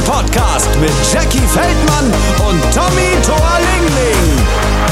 Podcast mit Jackie Feldmann und Tommy Thorlingling.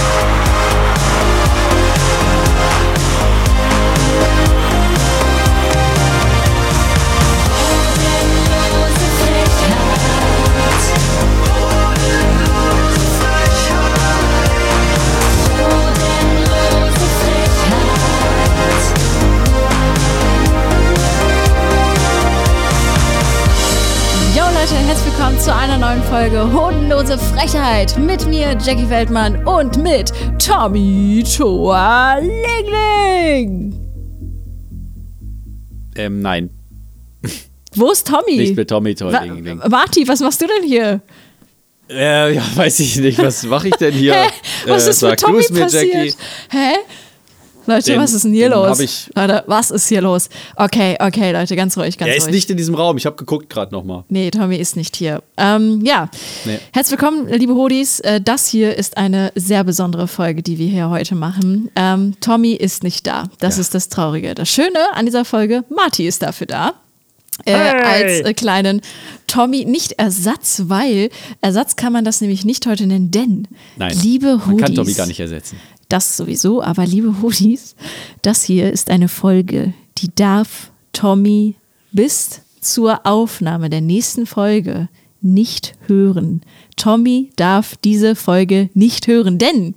Herzlich willkommen zu einer neuen Folge Hodenlose Frechheit mit mir, Jackie Feldmann, und mit Tommy Thorlingling. Nein. Wo ist Tommy? Nicht mit Tommy Thorlingling. Marty, was machst du denn hier? Ja, weiß ich nicht. Was mache ich denn hier? Was ist mit Tommy passiert? Jackie. Hä? Leute, was ist denn hier los? Leute, was ist hier los? Okay, Leute, ganz ruhig, ganz ruhig. Er ist nicht in diesem Raum. Ich habe geguckt gerade nochmal. Nee, Tommy ist nicht hier. Nee. Herzlich willkommen, liebe Hodis. Das hier ist eine sehr besondere Folge, die wir hier heute machen. Tommy ist nicht da. Das ist das Traurige. Das Schöne an dieser Folge, Marty ist dafür da. Als kleinen Tommy, nicht Ersatz, weil Ersatz kann man das nämlich nicht heute nennen, denn, nein, liebe Hodis, man kann Tommy gar nicht ersetzen. Das sowieso, aber liebe Hodis, das hier ist eine Folge, die darf Tommy bis zur Aufnahme der nächsten Folge nicht hören. Tommy darf diese Folge nicht hören, denn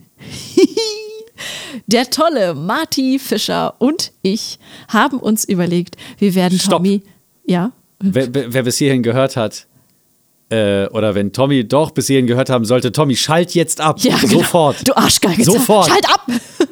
der tolle Marty Fischer und ich haben uns überlegt, wir werden Tommy... Ja? Wer bis hierhin gehört hat, oder wenn Tommy doch bis hierhin gehört haben sollte, Tommy, schalt jetzt ab. Ja, sofort. Genau. Du Arschgeige. Sofort. Schalt ab.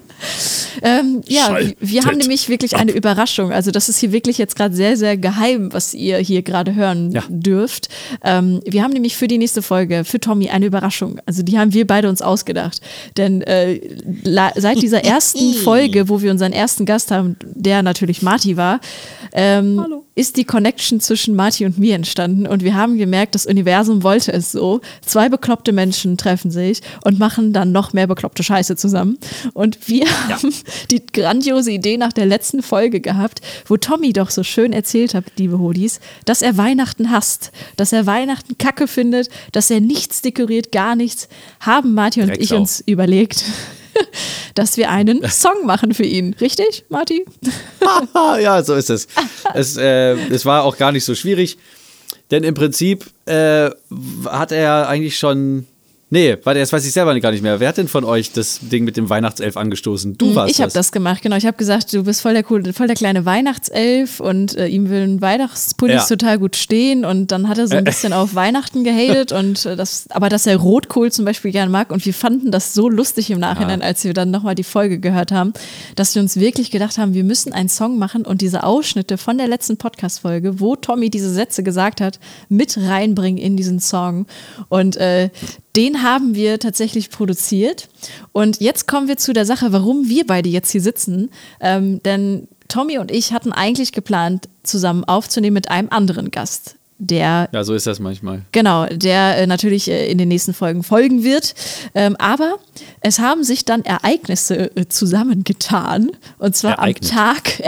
Wir haben nämlich wirklich eine Überraschung. Also das ist hier wirklich jetzt gerade sehr, sehr geheim, was ihr hier gerade hören dürft. Wir haben nämlich für die nächste Folge, für Tommy, eine Überraschung. Also die haben wir beide uns ausgedacht. Denn seit dieser ersten Folge, wo wir unseren ersten Gast haben, der natürlich Marty war, ist die Connection zwischen Marty und mir entstanden. Und wir haben gemerkt, das Universum wollte es so. 2 bekloppte Menschen treffen sich und machen dann noch mehr bekloppte Scheiße zusammen. Und wir haben die grandiose Idee nach der letzten Folge gehabt, wo Tommy doch so schön erzählt hat, liebe Hodis, dass er Weihnachten hasst, dass er Weihnachten kacke findet, dass er nichts dekoriert, gar nichts, haben Marty und ich uns überlegt, dass wir einen Song machen für ihn. Richtig, Marty? Ja, so ist es. Es war auch gar nicht so schwierig, denn im Prinzip hat er eigentlich schon... Nee, warte, jetzt weiß ich selber gar nicht mehr. Wer hat denn von euch das Ding mit dem Weihnachtself angestoßen? Du warst das. Ich habe das gemacht, genau. Ich habe gesagt, du bist voll der kleine Weihnachtself und ihm will ein Weihnachtspullis total gut stehen und dann hat er so ein bisschen auf Weihnachten gehatet und aber dass er Rotkohl zum Beispiel gern mag und wir fanden das so lustig im Nachhinein, als wir dann nochmal die Folge gehört haben, dass wir uns wirklich gedacht haben, wir müssen einen Song machen und diese Ausschnitte von der letzten Podcast-Folge, wo Tommy diese Sätze gesagt hat, mit reinbringen in diesen Song und den haben wir tatsächlich produziert. Und jetzt kommen wir zu der Sache, warum wir beide jetzt hier sitzen. Denn Tommy und ich hatten eigentlich geplant, zusammen aufzunehmen mit einem anderen Gast. Ja, so ist das manchmal. Genau, der natürlich in den nächsten Folgen folgen wird. Aber es haben sich dann Ereignisse zusammengetan. Und zwar am Tag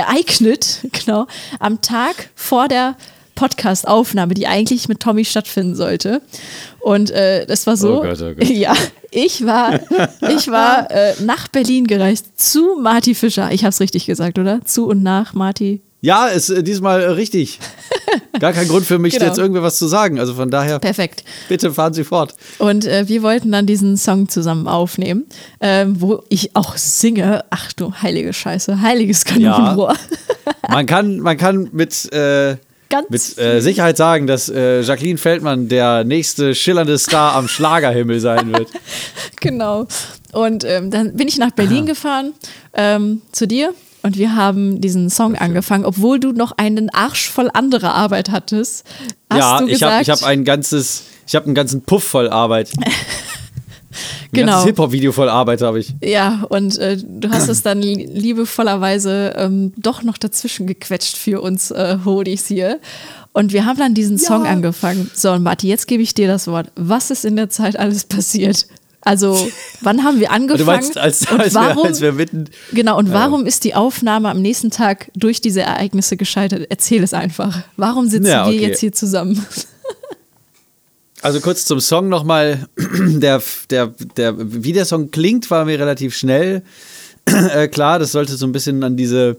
vor der Podcast-Aufnahme, die eigentlich mit Tommy stattfinden sollte. Und das war so, oh Gott. Ja, ich war nach Berlin gereist zu Marty Fischer. Ich habe es richtig gesagt, oder? Zu und nach Marty. Ja, ist diesmal richtig. Gar kein Grund für mich, jetzt irgendwie was zu sagen. Also von daher, perfekt. Bitte fahren Sie fort. Und wir wollten dann diesen Song zusammen aufnehmen, wo ich auch singe. Ach du heilige Scheiße, heiliges Kanonenrohr. Ja. Man kann mit Sicherheit sagen, dass Jacqueline Feldmann der nächste schillernde Star am Schlagerhimmel sein wird. Genau. Und dann bin ich nach Berlin gefahren zu dir und wir haben diesen Song angefangen, obwohl du noch einen Arsch voll anderer Arbeit hattest. Hast du gesagt, ich habe einen ganzen Puff voll Arbeit. Ein ganzes Hip-Hop-Video voll Arbeit habe ich. Ja, und du hast es dann liebevollerweise doch noch dazwischen gequetscht für uns Hodis hier. Und wir haben dann diesen Song angefangen. So, und Marty, jetzt gebe ich dir das Wort. Was ist in der Zeit alles passiert? Also, wann haben wir angefangen? Du meinst, als wir mitten... Genau, und warum ist die Aufnahme am nächsten Tag durch diese Ereignisse gescheitert? Erzähl es einfach. Warum sitzen wir jetzt hier zusammen? Also kurz zum Song nochmal. Wie der Song klingt, war mir relativ schnell klar. Das sollte so ein bisschen an diese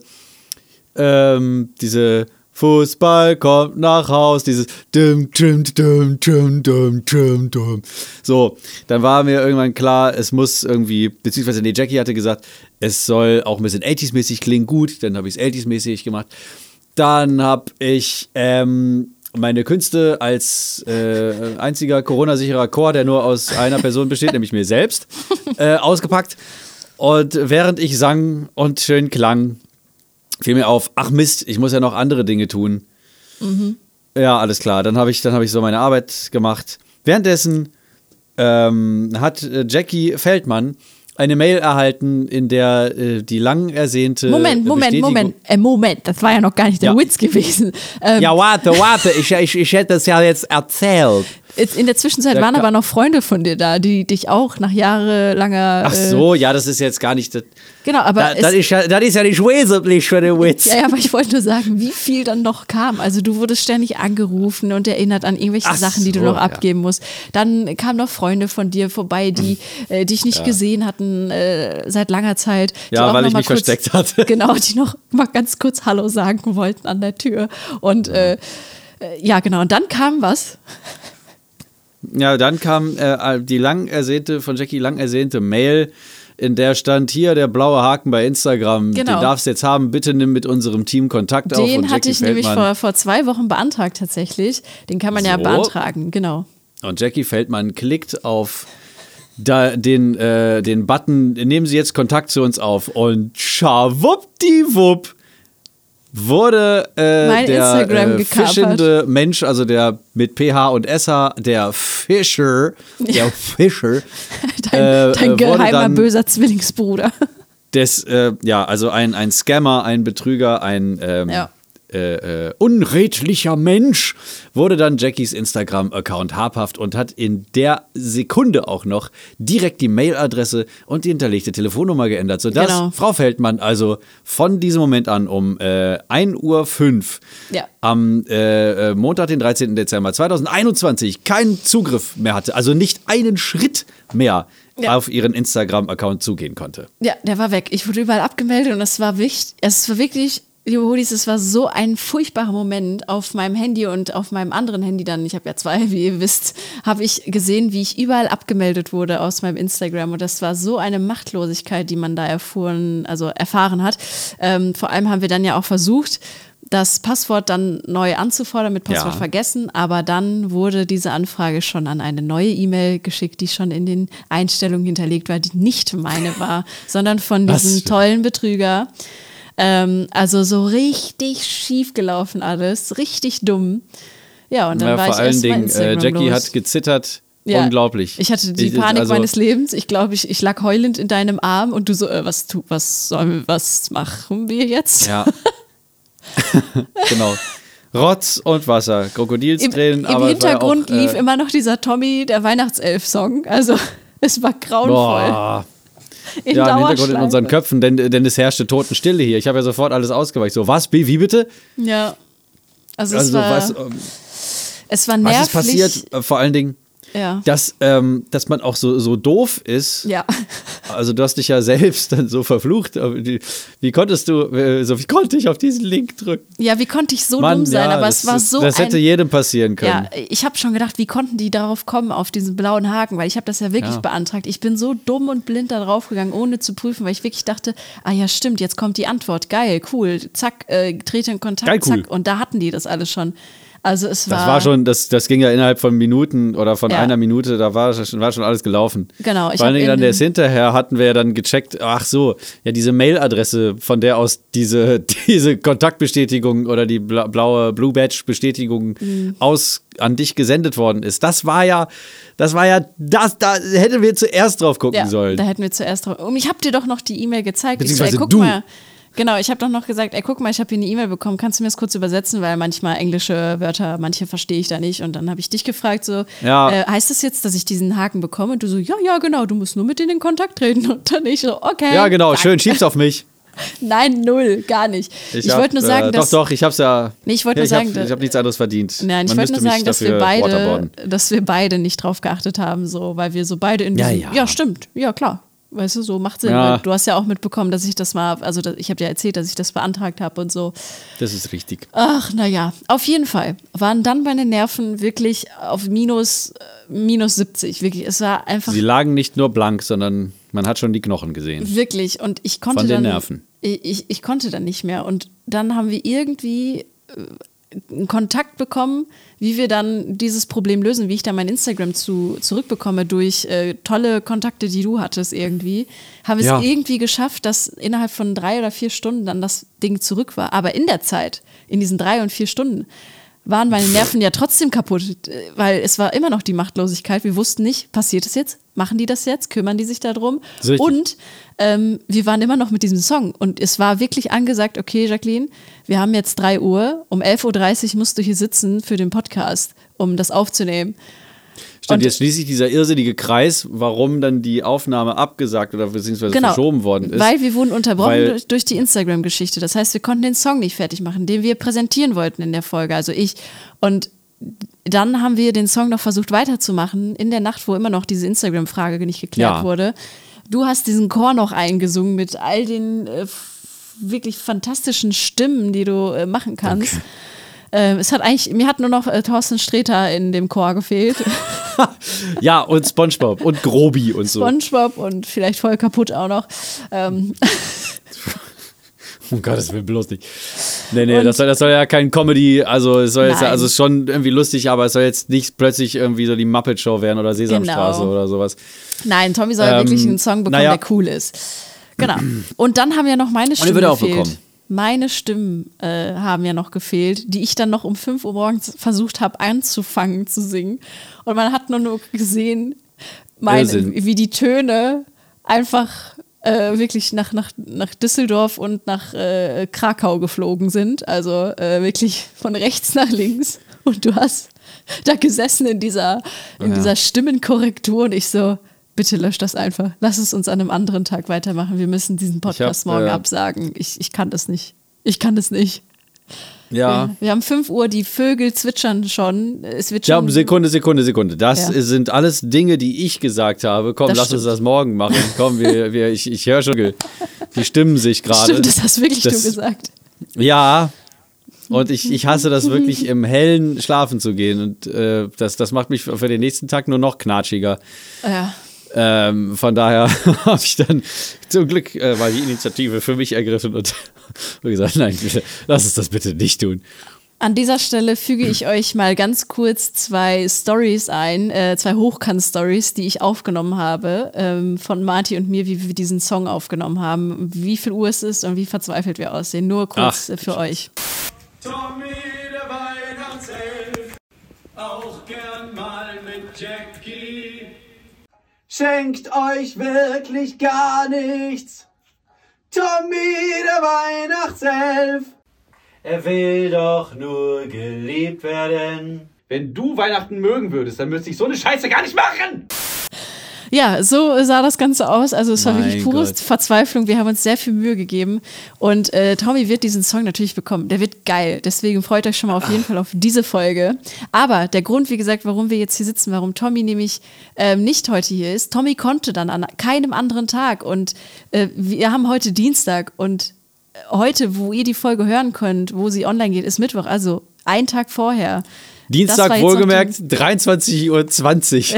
Fußball kommt nach Haus, dieses dum, dum, dum, dum, dum, dum, dum. So, dann war mir irgendwann klar, es muss irgendwie, beziehungsweise Jackie hatte gesagt, es soll auch ein bisschen 80s-mäßig klingen, gut, dann habe ich es 80s-mäßig gemacht. Dann habe ich meine Künste als einziger Corona-sicherer Chor, der nur aus einer Person besteht, nämlich mir selbst, ausgepackt. Und während ich sang und schön klang, fiel mir auf, ach Mist, ich muss ja noch andere Dinge tun. Mhm. Ja, alles klar. Dann hab ich so meine Arbeit gemacht. Währenddessen hat Jackie Feldmann eine Mail erhalten, in der die lang ersehnte Moment, das war ja noch gar nicht der Witz gewesen. Ja, warte, ich hätte das ja jetzt erzählt. In der Zwischenzeit waren aber noch Freunde von dir da, die dich auch nach jahrelanger... Ach so, ja, das ist jetzt gar nicht... Genau, aber das ist ja nicht wesentlich für den Witz. Ja, aber ich wollte nur sagen, wie viel dann noch kam. Also du wurdest ständig angerufen und erinnert an irgendwelche Sachen, die du noch abgeben musst. Dann kamen noch Freunde von dir vorbei, die dich nicht gesehen hatten seit langer Zeit. Ja, weil ich mich versteckt hatte. Genau, die noch mal ganz kurz Hallo sagen wollten an der Tür. Und ja, genau, und dann kam was... Ja, dann kam die von Jackie lang ersehnte Mail, in der stand, hier der blaue Haken bei Instagram, den darfst du jetzt haben, bitte nimm mit unserem Team Kontakt auf. Den hatte ich nämlich vor 2 Wochen beantragt tatsächlich, den kann man ja beantragen, genau. Und Jackie Feldmann klickt auf den Button, nehmen Sie jetzt Kontakt zu uns auf und schawuppdiwupp wurde der fischende Mensch, also der mit PH und SH, der Fischer, dein geheimer böser Zwillingsbruder. Also ein Scammer, ein Betrüger, ein unredlicher Mensch, wurde dann Jackies Instagram-Account habhaft und hat in der Sekunde auch noch direkt die Mailadresse und die hinterlegte Telefonnummer geändert, sodass Frau Feldmann also von diesem Moment an um 1:05 Uhr am Montag, den 13. Dezember 2021 keinen Zugriff mehr hatte, also nicht einen Schritt mehr auf ihren Instagram-Account zugehen konnte. Ja, der war weg. Ich wurde überall abgemeldet und es war wirklich liebe Hoodies, es war so ein furchtbarer Moment auf meinem Handy und auf meinem anderen Handy dann, ich habe ja 2, wie ihr wisst, habe ich gesehen, wie ich überall abgemeldet wurde aus meinem Instagram und das war so eine Machtlosigkeit, die man da erfahren hat. Vor allem haben wir dann ja auch versucht, das Passwort dann neu anzufordern mit Passwort vergessen, aber dann wurde diese Anfrage schon an eine neue E-Mail geschickt, die schon in den Einstellungen hinterlegt war, die nicht meine war, sondern von diesem tollen Betrüger. Also so richtig schief gelaufen alles, richtig dumm. Ja, und dann war ich erst mal Instagram Jackie los. Hat gezittert, unglaublich. Ich hatte die Panik meines Lebens. Ich glaube, ich lag heulend in deinem Arm und du so, was machen wir jetzt? Ja. Genau. Rotz und Wasser, Krokodilstränen. Im Hintergrund lief immer noch dieser Tommy, der Weihnachtself-Song. Also es war grauenvoll. Boah. Im Hintergrund in unseren Köpfen, denn es herrschte Totenstille hier. Ich habe ja sofort alles ausgeweicht. So, was? Wie bitte? Ja. Also es war nervig. Was ist passiert? Vor allen Dingen, dass man auch so doof ist. Ja. Also du hast dich ja selbst dann so verflucht. Wie konnte ich auf diesen Link drücken? Ja, wie konnte ich so dumm sein? Aber es war so das hätte jedem passieren können. Ja, ich habe schon gedacht, wie konnten die darauf kommen, auf diesen blauen Haken? Weil ich habe das ja wirklich beantragt. Ich bin so dumm und blind da drauf gegangen, ohne zu prüfen, weil ich wirklich dachte, ja stimmt, jetzt kommt die Antwort. Geil, cool, zack, trete in Kontakt, geil, cool. Zack. Und da hatten die das alles schon. Also es war. Das ging ja innerhalb von Minuten oder von einer Minute, da war schon alles gelaufen. Genau. Vor allen Dingen dann hinterher hatten wir ja dann gecheckt, diese Mailadresse, von der aus diese Kontaktbestätigung oder die blaue Blue Badge Bestätigung an dich gesendet worden ist. Da hätten wir zuerst drauf gucken sollen. Da hätten wir zuerst drauf. Und ich habe dir doch noch die E-Mail gezeigt. Beziehungsweise guck mal. Genau, ich habe doch noch gesagt, guck mal, ich habe hier eine E-Mail bekommen, kannst du mir das kurz übersetzen, weil manchmal englische Wörter, manche verstehe ich da nicht und dann habe ich dich gefragt, so, heißt das jetzt, dass ich diesen Haken bekomme? Und du so, ja, genau, du musst nur mit denen in Kontakt treten und dann ich so, okay. Ja, genau, danke. schön, schieb's auf mich. Nein, null, gar nicht. Ich wollte nur sagen, dass... Doch, ich hab's ja... Nee, ich wollte nur sagen... Ich habe nichts anderes verdient. Nein, ich wollte nur sagen, dass wir beide nicht drauf geachtet haben, so, weil wir so beide in diesem... Ja, stimmt. Ja, klar. Weißt du, so macht Sinn. Ja. Du hast ja auch mitbekommen, dass ich das mal... Also ich habe dir erzählt, dass ich das beantragt habe und so. Das ist richtig. Ach, naja. Auf jeden Fall waren dann meine Nerven wirklich auf minus 70. Wirklich, es war einfach... Sie lagen nicht nur blank, sondern man hat schon die Knochen gesehen. Wirklich. Und ich konnte von den dann... Nerven. Ich konnte dann nicht mehr. Und dann haben wir irgendwie einen Kontakt bekommen, wie wir dann dieses Problem lösen, wie ich dann mein Instagram zurückbekomme durch tolle Kontakte, die du hattest irgendwie. Haben wir es irgendwie geschafft, dass innerhalb von 3 oder 4 Stunden dann das Ding zurück war. Aber in der Zeit, in diesen 3 und 4 Stunden, waren meine Nerven ja trotzdem kaputt, weil es war immer noch die Machtlosigkeit. Wir wussten nicht, passiert es jetzt? Machen die das jetzt? Kümmern die sich darum? Und wir waren immer noch mit diesem Song. Und es war wirklich angesagt, okay, Jacqueline, wir haben jetzt 3 Uhr, um 11.30 Uhr musst du hier sitzen für den Podcast, um das aufzunehmen. Stimmt, jetzt schließt sich dieser irrsinnige Kreis, warum dann die Aufnahme abgesagt oder beziehungsweise verschoben worden ist. Weil wir wurden unterbrochen durch die Instagram-Geschichte. Das heißt, wir konnten den Song nicht fertig machen, den wir präsentieren wollten in der Folge, also ich. Und dann haben wir den Song noch versucht weiterzumachen, in der Nacht, wo immer noch diese Instagram-Frage nicht geklärt wurde. Du hast diesen Chor noch eingesungen mit all den wirklich fantastischen Stimmen, die du machen kannst. Mir hat nur noch Thorsten Sträter in dem Chor gefehlt. Ja, und SpongeBob und Grobi und so. SpongeBob und vielleicht voll kaputt auch noch. Um Gottes Willen, bloß nicht. Nee, das soll ja kein Comedy, also es soll jetzt, also es ist schon irgendwie lustig, aber es soll jetzt nicht plötzlich irgendwie so die Muppet Show werden oder Sesamstraße oder sowas. Nein, Tommy soll wirklich einen Song bekommen, der cool ist. Genau. Und dann haben ja noch meine Stimmen gefehlt. Meine Stimmen haben ja noch gefehlt, die ich dann noch um 5 Uhr morgens versucht habe anzufangen zu singen. Und man hat nur gesehen, wie die Töne einfach wirklich nach Düsseldorf und nach Krakau geflogen sind. Also wirklich von rechts nach links. Und du hast da gesessen in dieser Stimmenkorrektur und ich so, bitte lösch das einfach. Lass es uns an einem anderen Tag weitermachen. Wir müssen diesen Podcast morgen absagen. Ich kann das nicht. Ich kann das nicht. Ja. Wir haben 5 Uhr, die Vögel zwitschern schon. Es wird schon. Sekunde. Das sind alles Dinge, die ich gesagt habe. Komm, lass uns das morgen machen. Komm, ich höre schon, die stimmen sich gerade. Stimmt, das hast wirklich du gesagt. Ja. Und ich hasse das wirklich, im Hellen schlafen zu gehen. Und das macht mich für den nächsten Tag nur noch knatschiger. Ja. Von daher habe ich dann zum Glück mal die Initiative für mich ergriffen und gesagt, nein, bitte, lass uns das bitte nicht tun. An dieser Stelle füge ich euch mal ganz kurz 2 Stories ein, 2 Hochkant-Stories, die ich aufgenommen habe, von Marty und mir, wie wir diesen Song aufgenommen haben, wie viel Uhr es ist und wie verzweifelt wir aussehen. Nur kurz für euch. Tommy, der Weihnachtself, auch gern mal mit Jackie. Schenkt euch wirklich gar nichts. Tommy, der Weihnachtself. Er will doch nur geliebt werden. Wenn du Weihnachten mögen würdest, dann müsste ich so eine Scheiße gar nicht machen. Ja, so sah das Ganze aus. Also es war wirklich pure Verzweiflung. Wir haben uns sehr viel Mühe gegeben. Und Tommy wird diesen Song natürlich bekommen. Der wird geil. Deswegen freut euch schon mal auf jeden Fall auf diese Folge. Aber der Grund, wie gesagt, warum wir jetzt hier sitzen, warum Tommy nämlich nicht heute hier ist, Tommy konnte dann an keinem anderen Tag. Und wir haben heute Dienstag. Und heute, wo ihr die Folge hören könnt, wo sie online geht, ist Mittwoch. Also einen Tag vorher. Dienstag wohlgemerkt, 23:20 Uhr.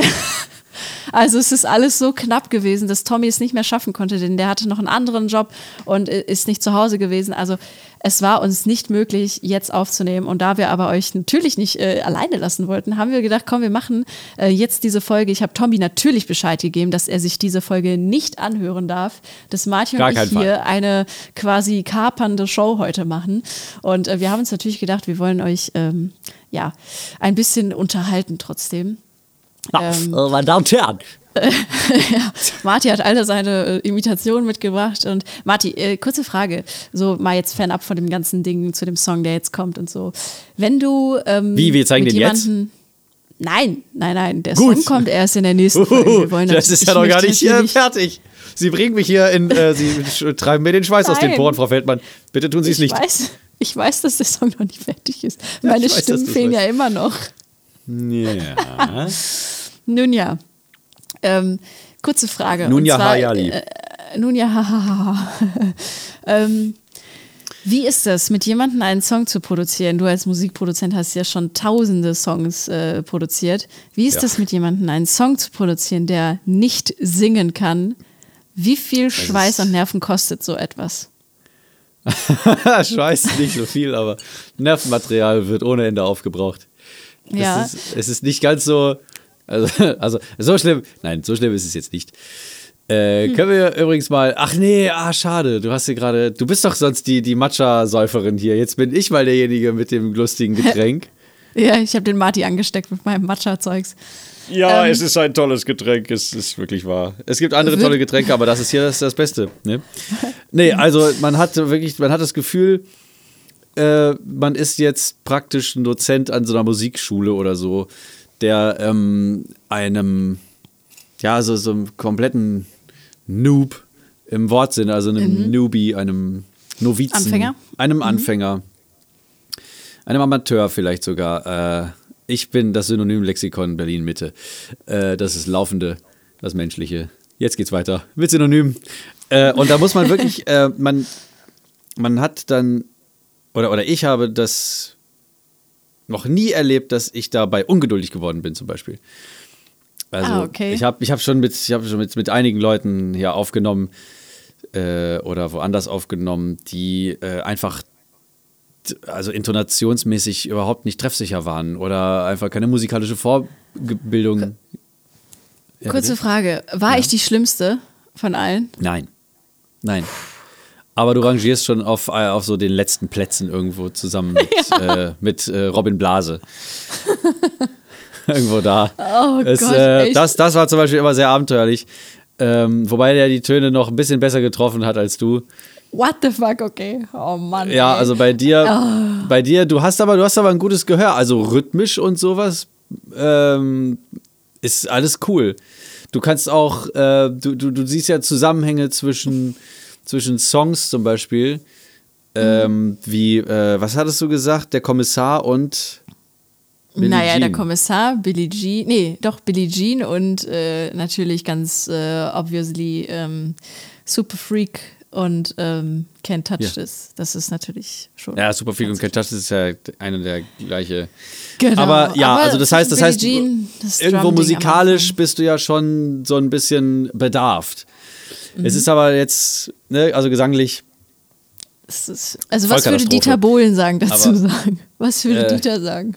Also es ist alles so knapp gewesen, dass Tommy es nicht mehr schaffen konnte, denn der hatte noch einen anderen Job und ist nicht zu Hause gewesen. Also es war uns nicht möglich, jetzt aufzunehmen. Und da wir aber euch natürlich nicht alleine lassen wollten, haben wir gedacht, komm, wir machen jetzt diese Folge. Ich habe Tommy natürlich Bescheid gegeben, dass er sich diese Folge nicht anhören darf, dass Martin und ich hier eine quasi kapernde Show heute machen. Und wir haben uns natürlich gedacht, wir wollen euch ein bisschen unterhalten trotzdem. Meine Damen und Herren. Ja, Marty hat alle seine Imitationen mitgebracht. Und Marty, kurze Frage, so mal jetzt fernab von dem ganzen Ding zu dem Song, der jetzt kommt und so. Wenn du wir zeigen den jetzt? Nein. Der Gut. Song kommt erst in der nächsten Folge. Wir wollen Das ist ja noch gar nicht fertig. Sie bringen mich hier Sie treiben mir den Schweiß aus den Nein. Poren, Frau Feldmann. Bitte tun Sie es nicht. Ich weiß, dass der Song noch nicht fertig ist. Meine Stimmen fehlen ja immer noch. Ja. Nun ja. Kurze Frage. Nun und ja, zwar, Hayali. Nun ja, hahaha. Wie ist das, mit jemandem einen Song zu produzieren? Du als Musikproduzent hast ja schon tausende Songs produziert. Wie ist das, mit jemandem einen Song zu produzieren, der nicht singen kann? Wie viel Schweiß und Nerven kostet so etwas? Schweiß nicht so viel, aber Nervenmaterial wird ohne Ende aufgebraucht. Ja. Es ist nicht ganz so, also so schlimm, nein, so schlimm ist es jetzt nicht. Können wir übrigens mal, schade, du bist doch sonst die Matcha-Säuferin hier, jetzt bin ich mal derjenige mit dem lustigen Getränk. Ja, ich habe den Marty angesteckt mit meinem Matcha-Zeugs. Ja, es ist ein tolles Getränk, es ist wirklich wahr. Es gibt andere tolle Getränke, aber das ist hier das Beste. Ne? Nee, also man hat das Gefühl, man ist jetzt praktisch ein Dozent an so einer Musikschule oder so, der einem, ja, so einem kompletten Noob im Wortsinne, also einem Newbie, einem Novizen, Anfänger? Einem Anfänger, einem Amateur vielleicht sogar, ich bin das Synonym-Lexikon Berlin-Mitte. Das ist Laufende, das Menschliche. Jetzt geht's weiter mit Synonym. Und da muss man wirklich, man hat dann, oder ich habe das noch nie erlebt, dass ich dabei ungeduldig geworden bin, zum Beispiel. Also okay. ich hab schon mit einigen Leuten hier aufgenommen oder woanders aufgenommen, die einfach also intonationsmäßig überhaupt nicht treffsicher waren oder einfach keine musikalische Vorbildung. Kurze Frage, war ich die Schlimmste von allen? Nein. Aber du rangierst schon auf so den letzten Plätzen irgendwo zusammen mit Robin Blase. Irgendwo da. Oh Gott, das war zum Beispiel immer sehr abenteuerlich. Wobei der die Töne noch ein bisschen besser getroffen hat als du. What the fuck, okay. Oh Mann. Ja, ey. also bei dir, du hast aber ein gutes Gehör, also rhythmisch und sowas ist alles cool. Du kannst auch, du siehst ja Zusammenhänge zwischen Songs zum Beispiel, wie, was hattest du gesagt, der Kommissar und Billie Jean. Der Kommissar, Billie Jean und natürlich ganz obviously Super Freak und Can't Touch This. Das ist natürlich schon. Ja, Super Freak und Can't Touch This ist ja eine der gleiche. Genau. Aber also das heißt, Jean, irgendwo musikalisch bist du ja schon so ein bisschen bedarft. Es ist aber jetzt, ne, also gesanglich. Also was würde Dieter Bohlen sagen? Was würde Dieter sagen?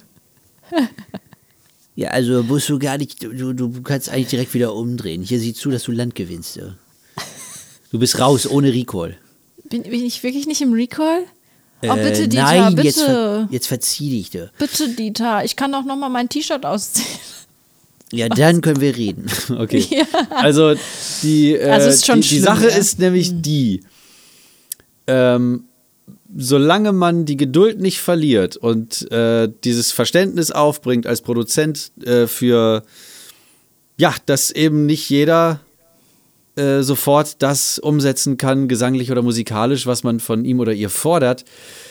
Ja, also musst du gar nicht, du kannst eigentlich direkt wieder umdrehen. Hier sieh zu, dass du Land gewinnst. Ja. Du bist raus, ohne Recall. Bin ich wirklich nicht im Recall? Oh, bitte, Dieter, nein, bitte. Jetzt verzieh dich. Da. Bitte, Dieter, ich kann doch noch mal mein T-Shirt ausziehen. Ja, dann können wir reden. Okay. Ja. Also die schlimm, Sache ja. ist nämlich die, solange man die Geduld nicht verliert und dieses Verständnis aufbringt als Produzent für, ja, dass eben nicht jeder sofort das umsetzen kann, gesanglich oder musikalisch, was man von ihm oder ihr fordert,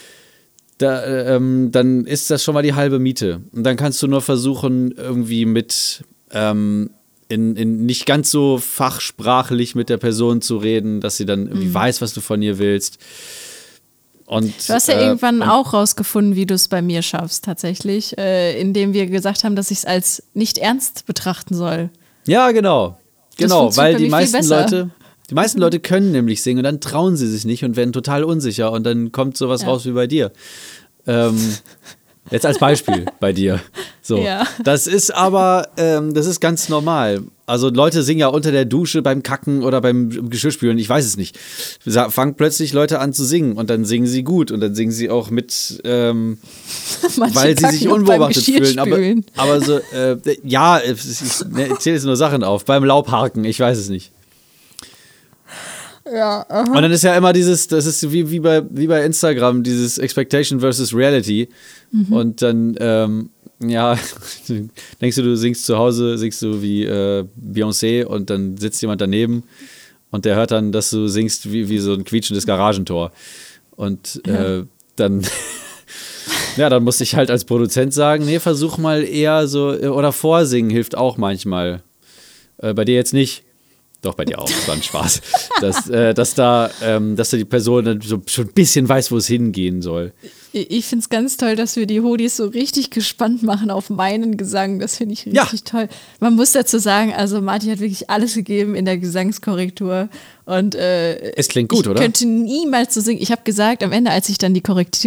dann ist das schon mal die halbe Miete. Und dann kannst du nur versuchen, irgendwie mit in nicht ganz so fachsprachlich mit der Person zu reden, dass sie dann irgendwie weiß, was du von ihr willst. Und, du hast ja irgendwann auch rausgefunden, wie du es bei mir schaffst, tatsächlich, indem wir gesagt haben, dass ich es als nicht ernst betrachten soll. Ja, genau. Genau, weil die meisten Leute können nämlich singen und dann trauen sie sich nicht und werden total unsicher und dann kommt sowas raus wie bei dir. Jetzt als Beispiel bei dir. So. Ja. Das ist aber, das ist ganz normal. Also Leute singen ja unter der Dusche beim Kacken oder beim Geschirrspülen, ich weiß es nicht. Fangen plötzlich Leute an zu singen und dann singen sie gut und dann singen sie auch mit, weil sie sich unbeobachtet fühlen. Aber so, ja, ich zähle jetzt nur Sachen auf. Beim Laubharken, ich weiß es nicht. Ja, und dann ist ja immer das ist wie bei Instagram, dieses Expectation versus Reality. Und dann ja, denkst du singst zu Hause, singst du wie Beyoncé und dann sitzt jemand daneben und der hört dann, dass du singst wie so ein quietschendes Garagentor. Und dann, ja, dann musste ich halt als Produzent sagen, nee, versuch mal eher so, oder vorsingen hilft auch manchmal. Bei dir jetzt nicht. Doch, bei dir auch, das war ein Spaß. dass da die Person dann so schon ein bisschen weiß, wo es hingehen soll. Ich finde es ganz toll, dass wir die Hodis so richtig gespannt machen auf meinen Gesang. Das finde ich richtig toll. Man muss dazu sagen, also Martin hat wirklich alles gegeben in der Gesangskorrektur. Und es klingt gut, oder? Ich könnte niemals so singen. Ich habe gesagt, am Ende, als ich dann die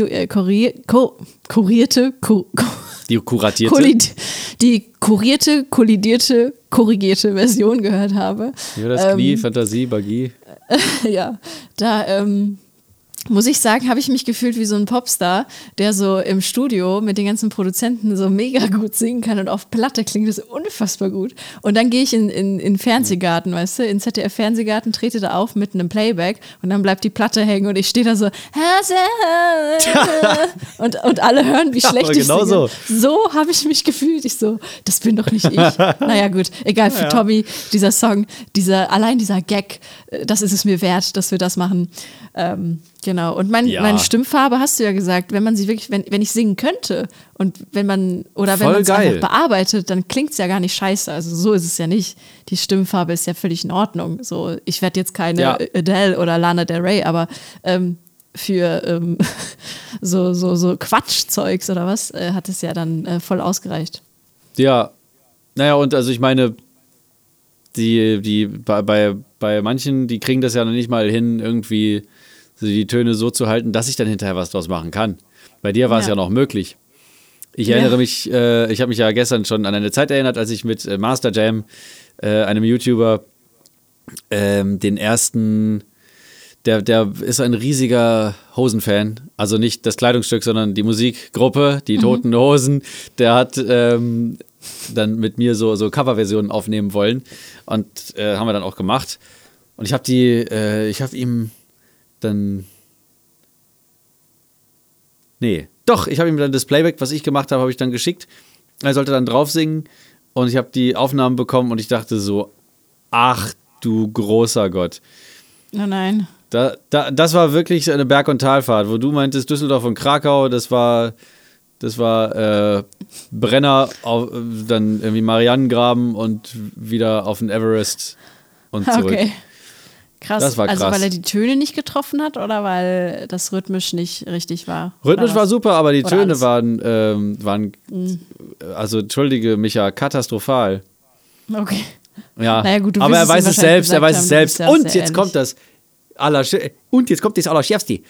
korrigierte Version gehört habe. Ja, das Knie, Fantasie, Bagie. Ja, da muss ich sagen, habe ich mich gefühlt wie so ein Popstar, der so im Studio mit den ganzen Produzenten so mega gut singen kann und auf Platte klingt das unfassbar gut. Und dann gehe ich in Fernsehgarten, weißt du, in ZDF-Fernsehgarten, trete da auf mit einem Playback und dann bleibt die Platte hängen und ich stehe da so und alle hören, wie schlecht ich genau singe. So habe ich mich gefühlt. Ich so, das bin doch nicht ich. Naja gut, egal, für Tommy, dieser Song, allein dieser Gag, das ist es mir wert, dass wir das machen. Genau, und meine Stimmfarbe hast du ja gesagt, wenn man sie wirklich, wenn ich singen könnte und wenn man es einfach bearbeitet, dann klingt es ja gar nicht scheiße. Also so ist es ja nicht. Die Stimmfarbe ist ja völlig in Ordnung. So, ich werde jetzt keine Adele oder Lana Del Rey, aber für so Quatschzeugs oder was, hat es ja dann voll ausgereicht. Ja, naja, und also ich meine, die bei manchen, die kriegen das ja noch nicht mal hin, irgendwie die Töne so zu halten, dass ich dann hinterher was draus machen kann. Bei dir war es ja noch möglich. Ich erinnere mich, ich habe mich ja gestern schon an eine Zeit erinnert, als ich mit Master Jam, einem YouTuber, den ersten, der ist ein riesiger Hosen-Fan, also nicht das Kleidungsstück, sondern die Musikgruppe, die Toten Hosen, der hat dann mit mir so Coverversionen aufnehmen wollen und haben wir dann auch gemacht. Und ich habe ihm dann ich habe ihm dann das Playback, was ich gemacht habe ich dann geschickt. Er sollte dann drauf singen und ich habe die Aufnahmen bekommen und ich dachte so, ach du großer Gott. Oh nein. Das war wirklich eine Berg- und Talfahrt, wo du meintest, Düsseldorf und Krakau, das war Brenner, dann irgendwie Marianengraben und wieder auf den Everest und zurück. Okay. Krass. Das war krass. Also weil er die Töne nicht getroffen hat oder weil das rhythmisch nicht richtig war? Rhythmisch war super, aber die Töne waren also entschuldige Micha, katastrophal. Okay. Ja, naja, gut, aber er weiß es selbst, Und jetzt kommt das Allerschärfste.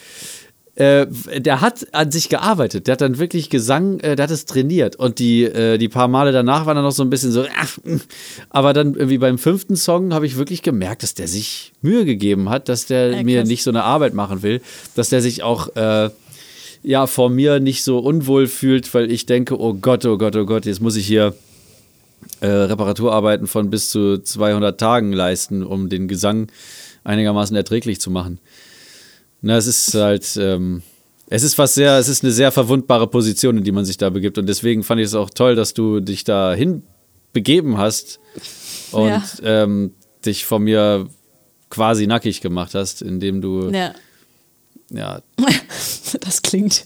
Der hat an sich gearbeitet, der hat dann wirklich Gesang, der hat es trainiert und die paar Male danach waren dann noch so ein bisschen so, aber dann irgendwie beim 5. Song habe ich wirklich gemerkt, dass der sich Mühe gegeben hat, dass der mir nicht so eine Arbeit machen will, dass der sich auch vor mir nicht so unwohl fühlt, weil ich denke, oh Gott, jetzt muss ich hier Reparaturarbeiten von bis zu 200 Tagen leisten, um den Gesang einigermaßen erträglich zu machen. Na, es ist halt, es ist eine sehr verwundbare Position, in die man sich da begibt. Und deswegen fand ich es auch toll, dass du dich da hinbegeben hast und dich von mir quasi nackig gemacht hast, indem du. Ja. Das klingt.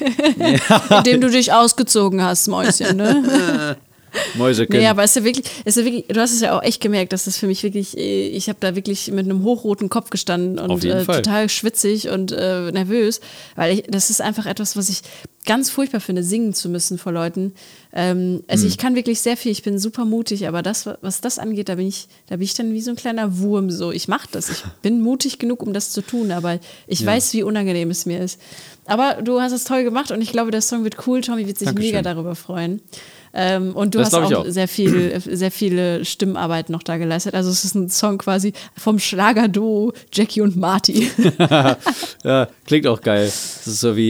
Indem du dich ausgezogen hast, Mäuschen, ne? Mäusekind. Nee, aber es ist ja wirklich, du hast es ja auch echt gemerkt, dass das für mich wirklich, ich habe da wirklich mit einem hochroten Kopf gestanden und total schwitzig und nervös, weil das ist einfach etwas, was ich ganz furchtbar finde, singen zu müssen vor Leuten. Also ich kann wirklich sehr viel, ich bin super mutig, aber was das angeht, da bin ich dann wie so ein kleiner Wurm so. Ich mache das, ich bin mutig genug, um das zu tun, aber ich weiß, wie unangenehm es mir ist. Aber du hast es toll gemacht und ich glaube, der Song wird cool. Tommy wird sich mega darüber freuen. Und du hast auch sehr viele Stimmarbeit noch da geleistet. Also es ist ein Song quasi vom Schlagerduo Jackie und Marty. Ja, klingt auch geil. Das ist so wie,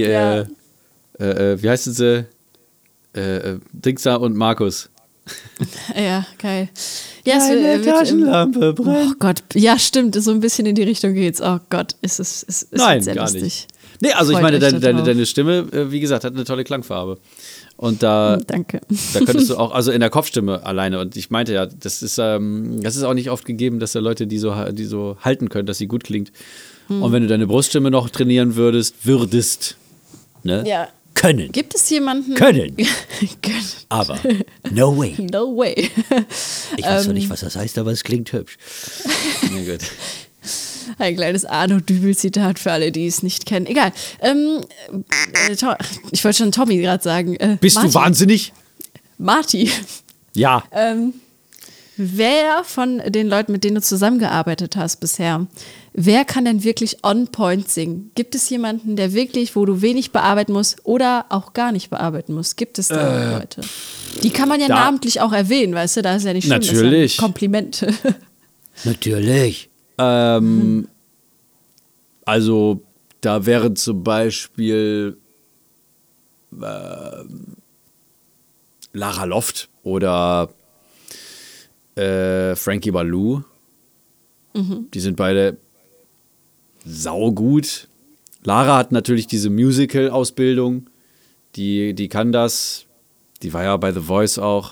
wie heißt es? Dingsda und Markus. Ja, geil. Ja, eine Taschenlampe brennt. Oh Gott, ja stimmt, so ein bisschen in die Richtung geht's. Oh Gott, es Nein, sehr gar lustig. Nicht. Nee, also ich Freut meine, euch da drauf. deine Stimme, wie gesagt, hat eine tolle Klangfarbe. Und da Danke. könntest du auch, also in der Kopfstimme alleine, und ich meinte ja, das ist auch nicht oft gegeben, dass da Leute, die so halten können, dass sie gut klingt. Und wenn du deine Bruststimme noch trainieren würdest, ne? Ja. Können. Gibt es jemanden? Können. Können. Aber no way. No way. Ich weiß zwar nicht, was das heißt, aber es klingt hübsch. Na gut. Ein kleines Arno Dübel-Zitat für alle, die es nicht kennen. Egal. Ich wollte schon Tommy gerade sagen. Bist du wahnsinnig? Marty. Ja. Wer von den Leuten, mit denen du zusammengearbeitet hast bisher, wer kann denn wirklich on point singen? Gibt es jemanden, der wirklich, wo du wenig bearbeiten musst oder auch gar nicht bearbeiten musst? Gibt es da Leute? Die kann man ja namentlich auch erwähnen, weißt du? Da ist ja nicht schlimm. Natürlich. Das ist ja ein Kompliment. Natürlich. Also, da wäre zum Beispiel Lara Loft oder Frankie Ballou. Die sind beide saugut. Lara hat natürlich diese Musical-Ausbildung. Die kann das. Die war ja bei The Voice auch.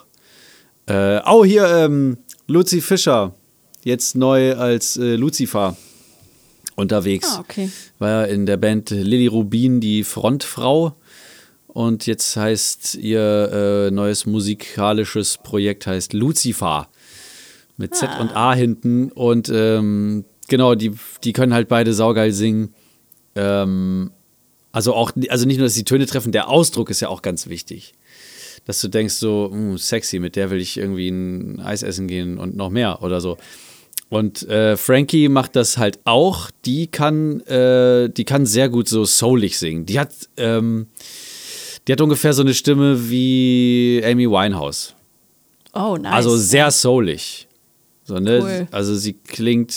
Hier, Lucy Fischer. Jetzt neu als Lucifer unterwegs. Ah, okay. War ja in der Band Lilly Rubin die Frontfrau. Und jetzt heißt ihr neues musikalisches Projekt heißt Lucifer. Mit Z und A hinten. Und genau, die können halt beide saugeil singen. Also nicht nur, dass die Töne treffen, der Ausdruck ist ja auch ganz wichtig. Dass du denkst so, sexy, mit der will ich irgendwie ein Eis essen gehen und noch mehr oder so. Und Frankie macht das halt auch. Die kann sehr gut so soulig singen. Die hat ungefähr so eine Stimme wie Amy Winehouse. Oh, nice. Also sehr soulig. So, ne? Cool. Also sie klingt,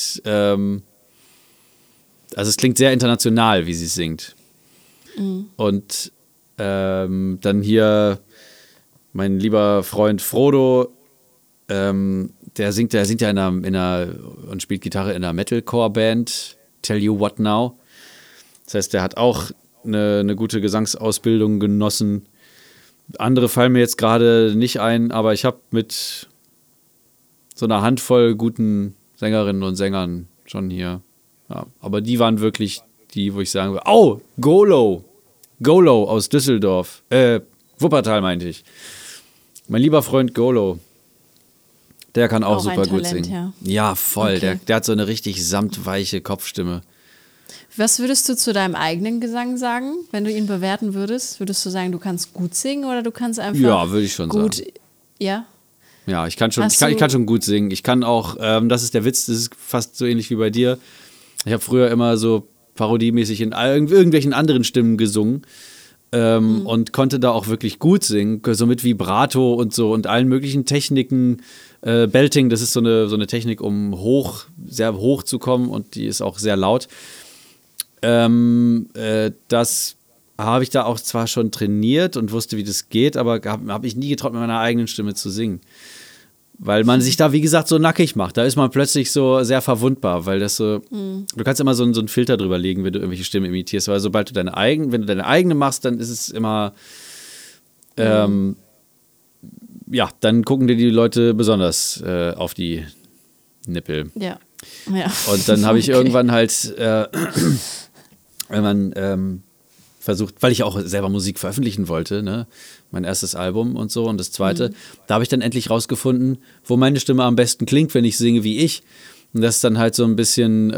es klingt sehr international, wie sie singt. Und dann hier mein lieber Freund Frodo, der singt ja in einer und spielt Gitarre in einer Metalcore-Band, Tell You What Now. Das heißt, der hat auch eine gute Gesangsausbildung genossen. Andere fallen mir jetzt gerade nicht ein, aber ich habe mit so einer Handvoll guten Sängerinnen und Sängern schon hier. Ja, aber die waren wirklich die, wo ich sagen würde, Golo aus Düsseldorf. Wuppertal meinte ich. Mein lieber Freund Golo. Der kann auch super gut Talent, singen. Ja, voll. Okay. Der hat so eine richtig samtweiche Kopfstimme. Was würdest du zu deinem eigenen Gesang sagen, wenn du ihn bewerten würdest? Würdest du sagen, du kannst gut singen oder du kannst einfach Ja, würde ich schon gut, sagen. Ja? Ja, ich kann schon gut singen. Ich kann auch, das ist der Witz, das ist fast so ähnlich wie bei dir. Ich habe früher immer so parodiemäßig in irgendwelchen anderen Stimmen gesungen und konnte da auch wirklich gut singen, so mit Vibrato und so und allen möglichen Techniken. Belting, das ist so eine Technik, um sehr hoch zu kommen und die ist auch sehr laut. Das habe ich da auch zwar schon trainiert und wusste, wie das geht, aber habe ich nie getraut, mit meiner eigenen Stimme zu singen. Weil man sich da, wie gesagt, so nackig macht. Da ist man plötzlich so sehr verwundbar, weil das so, du kannst immer so einen Filter drüber legen, wenn du irgendwelche Stimmen imitierst, weil sobald du wenn du deine eigene machst, dann ist es immer, ja, dann gucken dir die Leute besonders auf die Nippel. Ja. Und dann habe ich irgendwann halt, versucht, weil ich auch selber Musik veröffentlichen wollte, ne? Mein erstes Album und so und das zweite, da habe ich dann endlich rausgefunden, wo meine Stimme am besten klingt, wenn ich singe wie ich. Und das ist dann halt so ein bisschen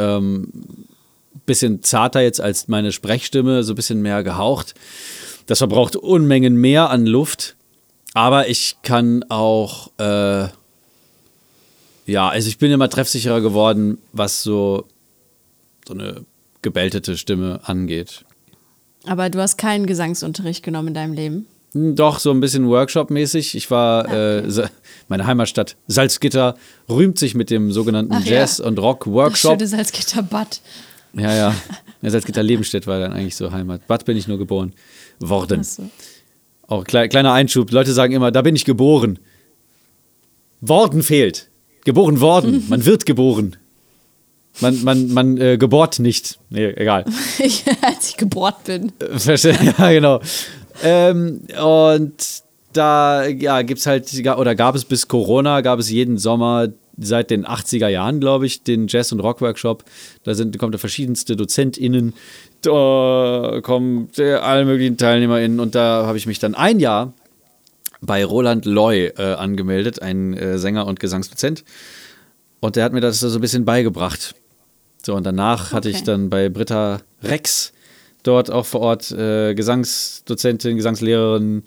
zarter jetzt als meine Sprechstimme, so ein bisschen mehr gehaucht. Das verbraucht Unmengen mehr an Luft, aber ich kann auch, also ich bin immer treffsicherer geworden, was so eine gebältete Stimme angeht. Aber du hast keinen Gesangsunterricht genommen in deinem Leben? Doch, so ein bisschen Workshop-mäßig. Ich war, meine Heimatstadt Salzgitter rühmt sich mit dem sogenannten Jazz- und Rock-Workshop. Das schöne Salzgitter-Bad. Ja. Salzgitter-Lebenstedt war dann eigentlich so Heimat. Bad bin ich nur geboren worden. So. Auch kleiner Einschub. Leute sagen immer, da bin ich geboren. Worden fehlt. Geboren worden. Man wird geboren. Man gebohrt nicht. Nee, egal. Als ich gebohrt bin. Ja, genau. Und da gibt's halt, oder gab es bis Corona, gab es jeden Sommer seit den 80er Jahren, glaube ich, den Jazz- und Rock-Workshop. Kommt da verschiedenste DozentInnen, da kommen alle möglichen TeilnehmerInnen und da habe ich mich dann ein Jahr bei Roland Loy angemeldet, ein Sänger und Gesangsdozent. Und der hat mir das so ein bisschen beigebracht. So, und danach hatte ich dann bei Britta Rex dort auch vor Ort Gesangsdozentin, Gesangslehrerin,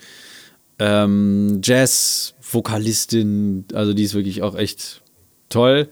Jazz-Vokalistin, also die ist wirklich auch echt toll.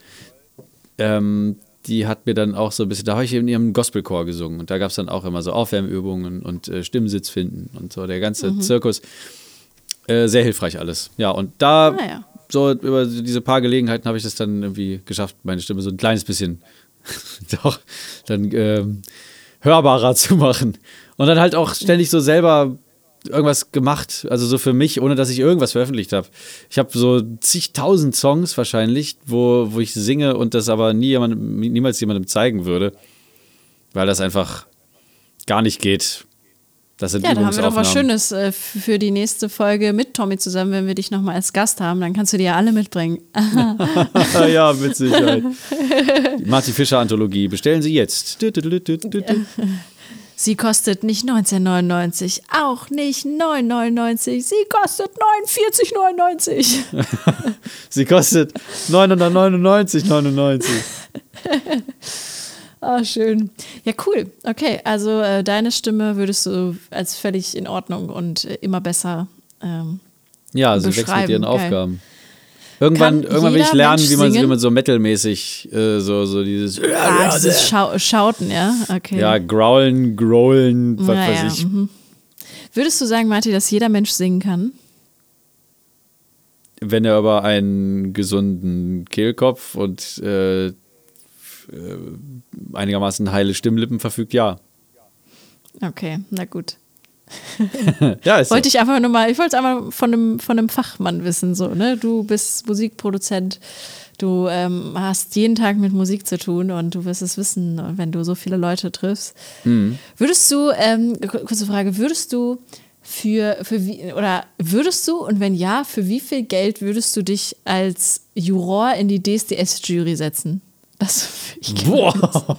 Die hat mir dann auch so ein bisschen, da habe ich in ihrem Gospelchor gesungen und da gab es dann auch immer so Aufwärmübungen und Stimmsitz finden und so der ganze Zirkus. Sehr hilfreich alles. Ja, und da so über diese paar Gelegenheiten habe ich das dann irgendwie geschafft, meine Stimme so ein kleines bisschen doch dann hörbarer zu machen. Und dann halt auch ständig so selber irgendwas gemacht, also so für mich, ohne dass ich irgendwas veröffentlicht habe. Ich habe so zigtausend Songs wahrscheinlich, wo ich singe und das aber niemals jemandem zeigen würde, weil das einfach gar nicht geht. Das sind da haben wir doch was Übungsaufnahmen. Schönes für die nächste Folge mit Tommy zusammen, wenn wir dich nochmal als Gast haben. Dann kannst du die ja alle mitbringen. Ja, mit Sicherheit. Die Martin Fischer Anthologie. Bestellen Sie jetzt. Sie kostet nicht 19,99, auch nicht 9,99. Sie kostet 49,99. Sie kostet 999,99. Ah, schön. Ja, cool. Okay, also deine Stimme würdest du als völlig in Ordnung und immer besser ja, sie wächst mit ihren Geil. Aufgaben. Irgendwann will ich lernen, wie singen? man so metalmäßig so dieses dieses Schauten, ja? Okay. ja, growlen, was weiß ich. Würdest du sagen, Martin, dass jeder Mensch singen kann? Wenn er über einen gesunden Kehlkopf und einigermaßen heile Stimmlippen verfügt, ja. Okay, na gut. Ja, ist Ich wollte es einfach von einem Fachmann wissen, so, ne? Du bist Musikproduzent, du hast jeden Tag mit Musik zu tun und du wirst es wissen, wenn du so viele Leute triffst. Würdest du, kurze Frage, würdest du und wenn ja, für wie viel Geld würdest du dich als Juror in die DSDS-Jury setzen? Das Boah!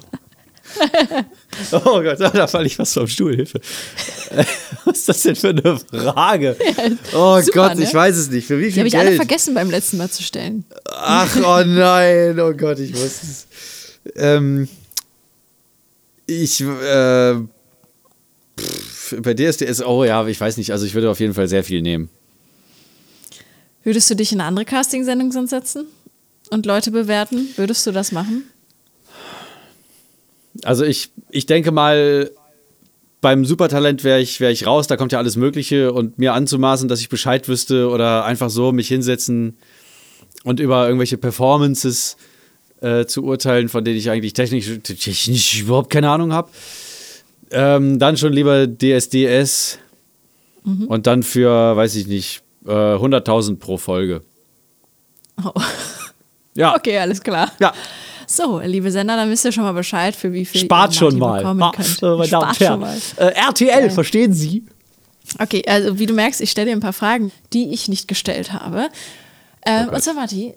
Oh Gott, da falle ich fast vom Stuhl. Hilfe. Was ist das denn für eine Frage? Oh super, Gott, ne? ich weiß es nicht. Für wie Die viel habe ich Geld? alle vergessen beim letzten Mal zu stellen. Ach, oh nein. Oh Gott, ich wusste es. Bei DSDS, oh ja, ich weiß nicht. Also ich würde auf jeden Fall sehr viel nehmen. Würdest du dich in eine andere Castingsendung sonst setzen und Leute bewerten? Würdest du das machen? Also ich denke mal, beim Supertalent wäre ich raus, da kommt ja alles Mögliche und mir anzumaßen, dass ich Bescheid wüsste oder einfach so mich hinsetzen und über irgendwelche Performances zu urteilen, von denen ich eigentlich technisch überhaupt keine Ahnung habe. Dann schon lieber DSDS und dann für, weiß ich nicht, 100.000 pro Folge. Oh. Ja. Okay, alles klar. Ja. So, liebe Sender, dann wisst ihr schon mal Bescheid, für wie viel Spart ihr schon Martin mal. bekommen könnt. Meine Damen und Spart schon Herren. mal. RTL, verstehen Sie? Okay, also wie du merkst, ich stelle dir ein paar Fragen, die ich nicht gestellt habe. Und zwar, Martin,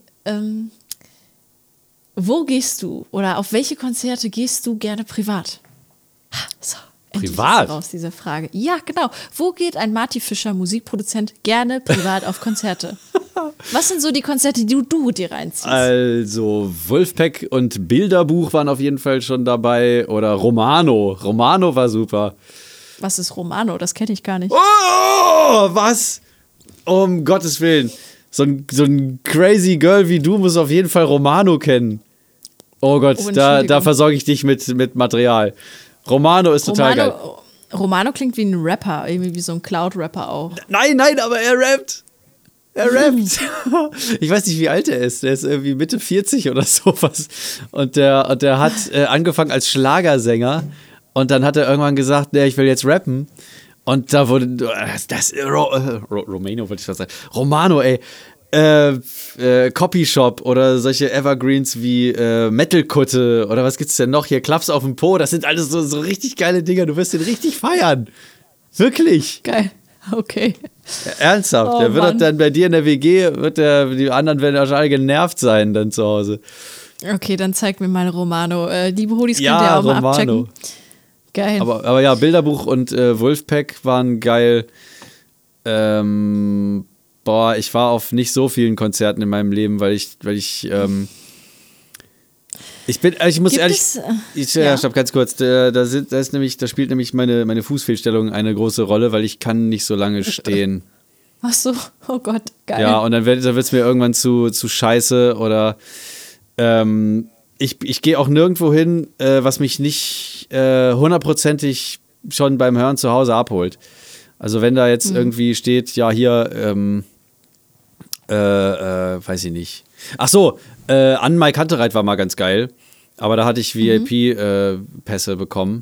wo gehst du oder auf welche Konzerte gehst du gerne privat? So, endlich Privat? ist sie raus, diese Frage. Ja, genau. Wo geht ein Martin Fischer, Musikproduzent, gerne privat auf Konzerte? Was sind so die Konzerte, die du dir reinziehst? Also Wolfpack und Bilderbuch waren auf jeden Fall schon dabei oder Romano. Romano war super. Was ist Romano? Das kenne ich gar nicht. Oh, was? Um Gottes Willen. So ein crazy Girl wie du muss auf jeden Fall Romano kennen. Oh Gott, da versorge ich dich mit Material. Romano ist total geil. Romano klingt wie ein Rapper, irgendwie wie so ein Cloud-Rapper auch. Nein, aber er rappt. Er rappt. Ich weiß nicht, wie alt er ist. Der ist irgendwie Mitte 40 oder sowas. Und der hat angefangen als Schlagersänger. Und dann hat er irgendwann gesagt, nee, ich will jetzt rappen. Und da wurde Romano wollte ich was sagen. Romano, ey. Copyshop oder solche Evergreens wie Metal-Kutte oder was gibt's denn noch hier? Klaps auf dem Po, das sind alles so richtig geile Dinger. Du wirst den richtig feiern. Wirklich. Geil. Okay. Ernsthaft. Oh, der wird Mann. dann bei dir in der WG, die anderen werden wahrscheinlich genervt sein dann zu Hause. Okay, dann zeig mir mal Romano. Liebe Hoodies, könnt ihr Ja, auch mal Romano. abchecken. Geil. Aber ja, Bilderbuch und Wolfpack waren geil. Ich war auf nicht so vielen Konzerten in meinem Leben, weil ich muss Gibt ehrlich, es, ja, stopp, ganz kurz, da spielt nämlich meine Fußfehlstellung eine große Rolle, weil ich kann nicht so lange stehen. Ach so, oh Gott, geil. Ja, und dann wird's mir irgendwann zu scheiße oder ich gehe auch nirgendwo hin, was mich nicht hundertprozentig schon beim Hören zu Hause abholt. Also wenn da jetzt irgendwie steht, ja hier, weiß ich nicht. Ach so, an Mike Kantereit war mal ganz geil, aber da hatte ich VIP-Pässe bekommen.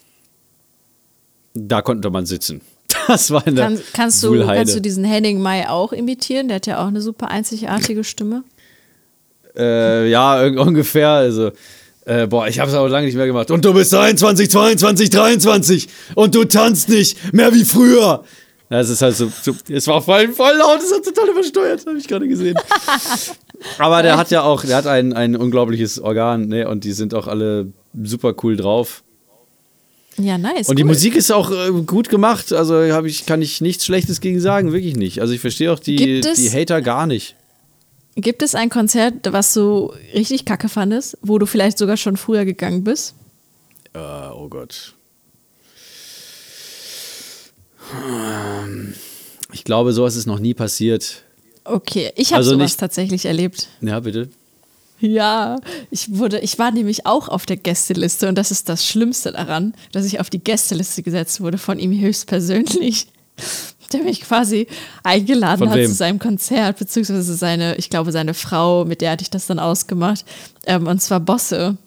Da konnte man sitzen. Das war eine Kannst du diesen Henning Mai auch imitieren? Der hat ja auch eine super einzigartige Stimme. Ja, ungefähr. Also, ich habe es auch lange nicht mehr gemacht. Und du bist 21, 22, 23 und du tanzt nicht mehr wie früher. Das ist halt so es war voll laut, das hat total übersteuert, habe ich gerade gesehen. Aber der hat ein unglaubliches Organ, ne? Und die sind auch alle super cool drauf. Ja, nice. Und die cool. Musik ist auch gut gemacht, also kann ich nichts Schlechtes gegen sagen, wirklich nicht. Also ich verstehe auch die Hater gar nicht. Gibt es ein Konzert, was du richtig kacke fandest, wo du vielleicht sogar schon früher gegangen bist? Oh Gott. Ich glaube, sowas ist noch nie passiert. Okay, ich habe sowas tatsächlich erlebt. Ja, bitte. Ja, ich war nämlich auch auf der Gästeliste und das ist das Schlimmste daran, dass ich auf die Gästeliste gesetzt wurde von ihm höchstpersönlich, der mich quasi eingeladen hat zu seinem Konzert, beziehungsweise seine Frau, mit der hatte ich das dann ausgemacht, und zwar Bosse,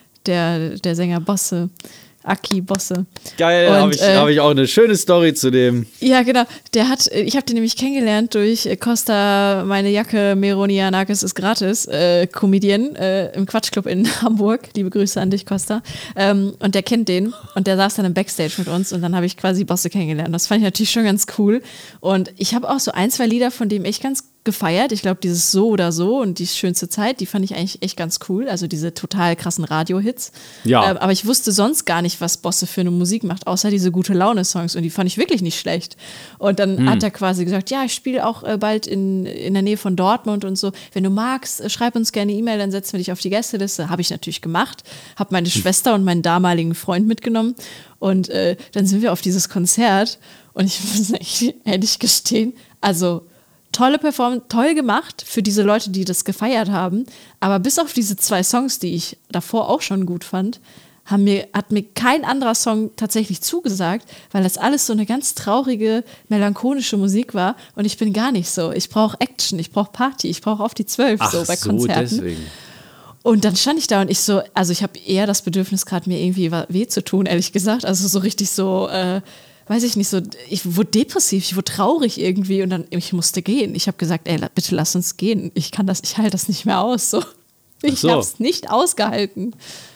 der Sänger Bosse. Aki Bosse. Geil, habe ich auch eine schöne Story zu dem. Ja, genau. Ich habe den nämlich kennengelernt durch Costa, meine Jacke, Meronianakis ist gratis, Comedian im Quatschclub in Hamburg. Liebe Grüße an dich, Costa. Und der kennt den und der saß dann im Backstage mit uns und dann habe ich quasi Bosse kennengelernt. Das fand ich natürlich schon ganz cool. Und ich habe auch so 1, 2 Lieder von dem echt ganz gefeiert. Ich glaube, dieses So oder So und die schönste Zeit, die fand ich eigentlich echt ganz cool. Also diese total krassen Radio-Hits. Ja. Aber ich wusste sonst gar nicht, was Bosse für eine Musik macht, außer diese gute Laune-Songs und die fand ich wirklich nicht schlecht. Und dann hat er quasi gesagt, ja, ich spiele auch bald in der Nähe von Dortmund und so. Wenn du magst, schreib uns gerne eine E-Mail, dann setzen wir dich auf die Gästeliste. Habe ich natürlich gemacht. Habe meine Schwester und meinen damaligen Freund mitgenommen und dann sind wir auf dieses Konzert und ich muss echt ehrlich gestehen, also tolle Performance, toll gemacht für diese Leute, die das gefeiert haben. Aber bis auf diese 2 Songs, die ich davor auch schon gut fand, hat mir kein anderer Song tatsächlich zugesagt, weil das alles so eine ganz traurige, melancholische Musik war. Und ich bin gar nicht so. Ich brauche Action, ich brauche Party, ich brauche auf die 12 so bei Konzerten. Deswegen. Und dann stand ich da und ich ich habe eher das Bedürfnis, gerade mir irgendwie weh zu tun, ehrlich gesagt. Also so richtig so, weiß ich nicht, so, ich wurde depressiv, ich wurde traurig irgendwie und dann, ich musste gehen. Ich habe gesagt, ey, bitte lass uns gehen. Ich halte das nicht mehr aus. So. Ich habe es nicht ausgehalten.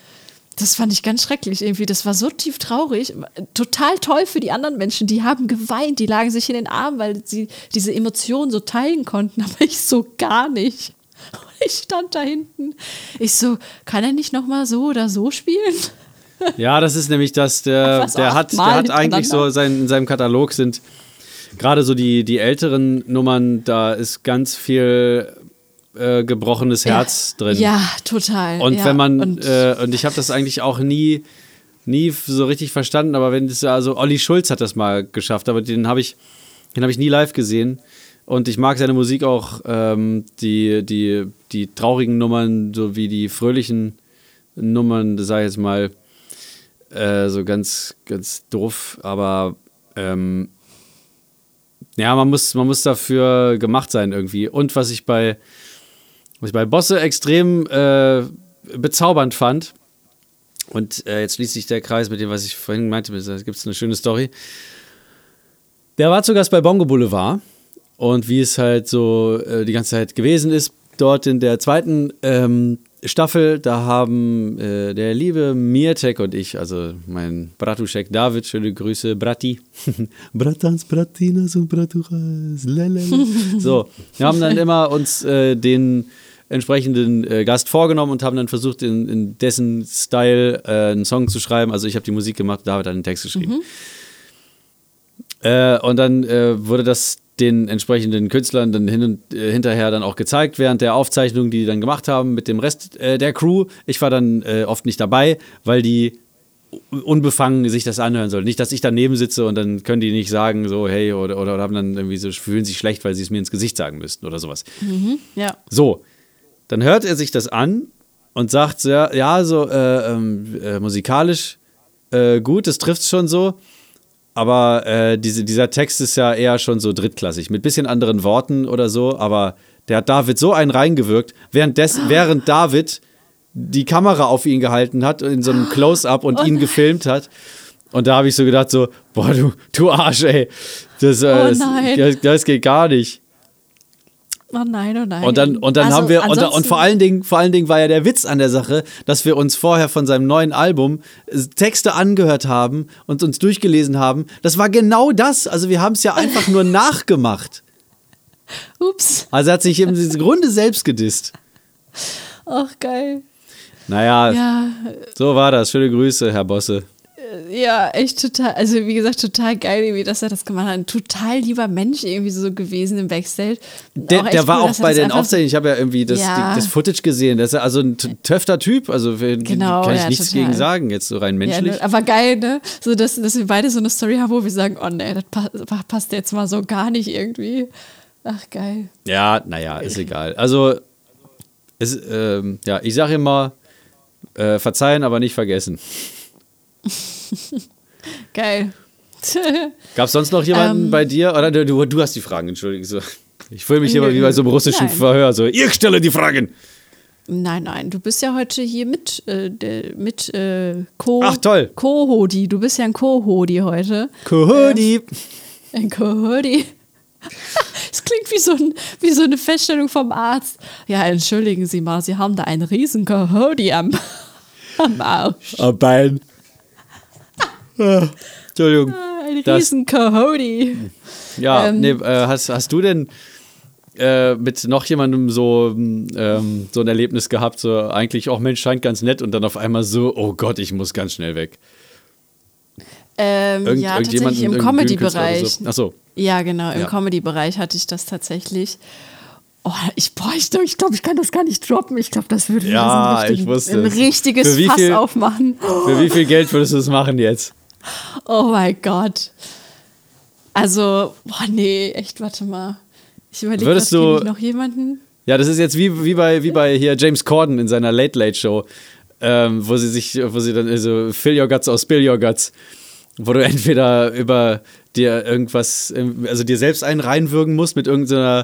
Das fand ich ganz schrecklich irgendwie. Das war so tief traurig. Total toll für die anderen Menschen. Die haben geweint, die lagen sich in den Armen, weil sie diese Emotionen so teilen konnten. Aber ich so gar nicht. Und ich stand da hinten. Ich so, kann er nicht nochmal so oder so spielen? Ja, das ist nämlich das, der hat eigentlich so in seinem Katalog sind gerade so die älteren Nummern, da ist ganz viel gebrochenes Herz drin. Ja, total. Und ja, wenn man, und ich habe das eigentlich auch nie so richtig verstanden, aber also Olli Schulz hat das mal geschafft, aber den habe ich nie live gesehen. Und ich mag seine Musik auch, die traurigen Nummern, so wie die fröhlichen Nummern, das sage ich jetzt mal, so ganz, ganz doof, aber ja, man muss dafür gemacht sein irgendwie. Und was ich bei Bosse extrem bezaubernd fand, und jetzt schließt sich der Kreis mit dem, was ich vorhin meinte, da gibt es eine schöne Story. Der war zu Gast bei Bongo Boulevard und wie es halt so die ganze Zeit gewesen ist. Dort in der zweiten Staffel, da haben der liebe Mietek und ich, also mein Bratušek David, schöne Grüße, Brati. Bratans, Bratinas und Braturas. So, wir haben dann immer uns den entsprechenden Gast vorgenommen und haben dann versucht, in dessen Style einen Song zu schreiben. Also ich habe die Musik gemacht, David hat den Text geschrieben. Und dann wurde das den entsprechenden Künstlern dann hinterher dann auch gezeigt, während der Aufzeichnung, die dann gemacht haben mit dem Rest der Crew. Ich war dann oft nicht dabei, weil die unbefangen sich das anhören sollen. Nicht, dass ich daneben sitze und dann können die nicht sagen, so, hey, oder haben dann irgendwie so, fühlen sich schlecht, weil sie es mir ins Gesicht sagen müssten oder sowas. Ja. So, dann hört er sich das an und sagt, ja, so musikalisch gut, das trifft schon so. Aber dieser Text ist ja eher schon so drittklassig, mit bisschen anderen Worten oder so, aber der hat David so einen reingewirkt, während David die Kamera auf ihn gehalten hat, in so einem Close-Up und ihn gefilmt hat. Und da habe ich so gedacht, so, boah, du Arsch, ey, das geht gar nicht. Oh nein, oh nein. Und dann also, haben wir, und vor allen Dingen war ja der Witz an der Sache, dass wir uns vorher von seinem neuen Album Texte angehört haben und uns durchgelesen haben. Das war genau das. Also wir haben es ja einfach nur nachgemacht. Ups. Also er hat sich im Grunde selbst gedisst. Ach, geil. Naja, Ja. So war das. Schöne Grüße, Herr Bosse. Ja, echt total, also wie gesagt, total geil, irgendwie, dass er das gemacht hat. Ein total lieber Mensch irgendwie so gewesen im Backstage. Der war auch bei den Aufzeichnungen, ich habe ja irgendwie das Footage gesehen, das ist ja also ein töfter Typ, also kann ich nichts gegen sagen, jetzt so rein menschlich. Ja, aber geil, ne? So, dass wir beide so eine Story haben, wo wir sagen, oh ne, das passt jetzt mal so gar nicht irgendwie. Ach, geil. Ja, naja, ist egal. Also, ich sage immer, verzeihen, aber nicht vergessen. Geil. Gab es sonst noch jemanden bei dir? Oder du hast die Fragen, entschuldige. So. Ich fühle mich immer wie bei so einem russischen Verhör. So, ich stelle die Fragen. Nein, du bist ja heute hier mit Ach, toll. Co-Hodi. Du bist ja ein Co-Hodi heute. Co-Hodi. Ein Co-Hodi. Es klingt wie so eine Feststellung vom Arzt. Ja, entschuldigen Sie mal, Sie haben da einen riesen Co-Hodi am Arsch. Am Bein. Entschuldigung. Ein riesen Co-Hodi. Ja, hast du denn mit noch jemandem so ein Erlebnis gehabt, so eigentlich, oh Mensch, scheint ganz nett und dann auf einmal so, oh Gott, ich muss ganz schnell weg? Ja, tatsächlich im Comedy-Bereich. So. Ach so. Ja, genau, im Comedy-Bereich hatte ich das tatsächlich. Oh, ich glaube, ich kann das gar nicht droppen. Ich glaube, das würde ein richtiges Fass aufmachen. Für wie viel Geld würdest du das machen jetzt? Oh mein Gott. Also, nee, echt, warte mal. Ich überlege, noch jemanden? Ja, das ist jetzt wie bei hier James Corden in seiner Late Late Show, wo sie dann so Fill Your Guts or Spill Your Guts, wo du entweder über dir irgendwas, also dir selbst einen reinwürgen musst mit irgendeiner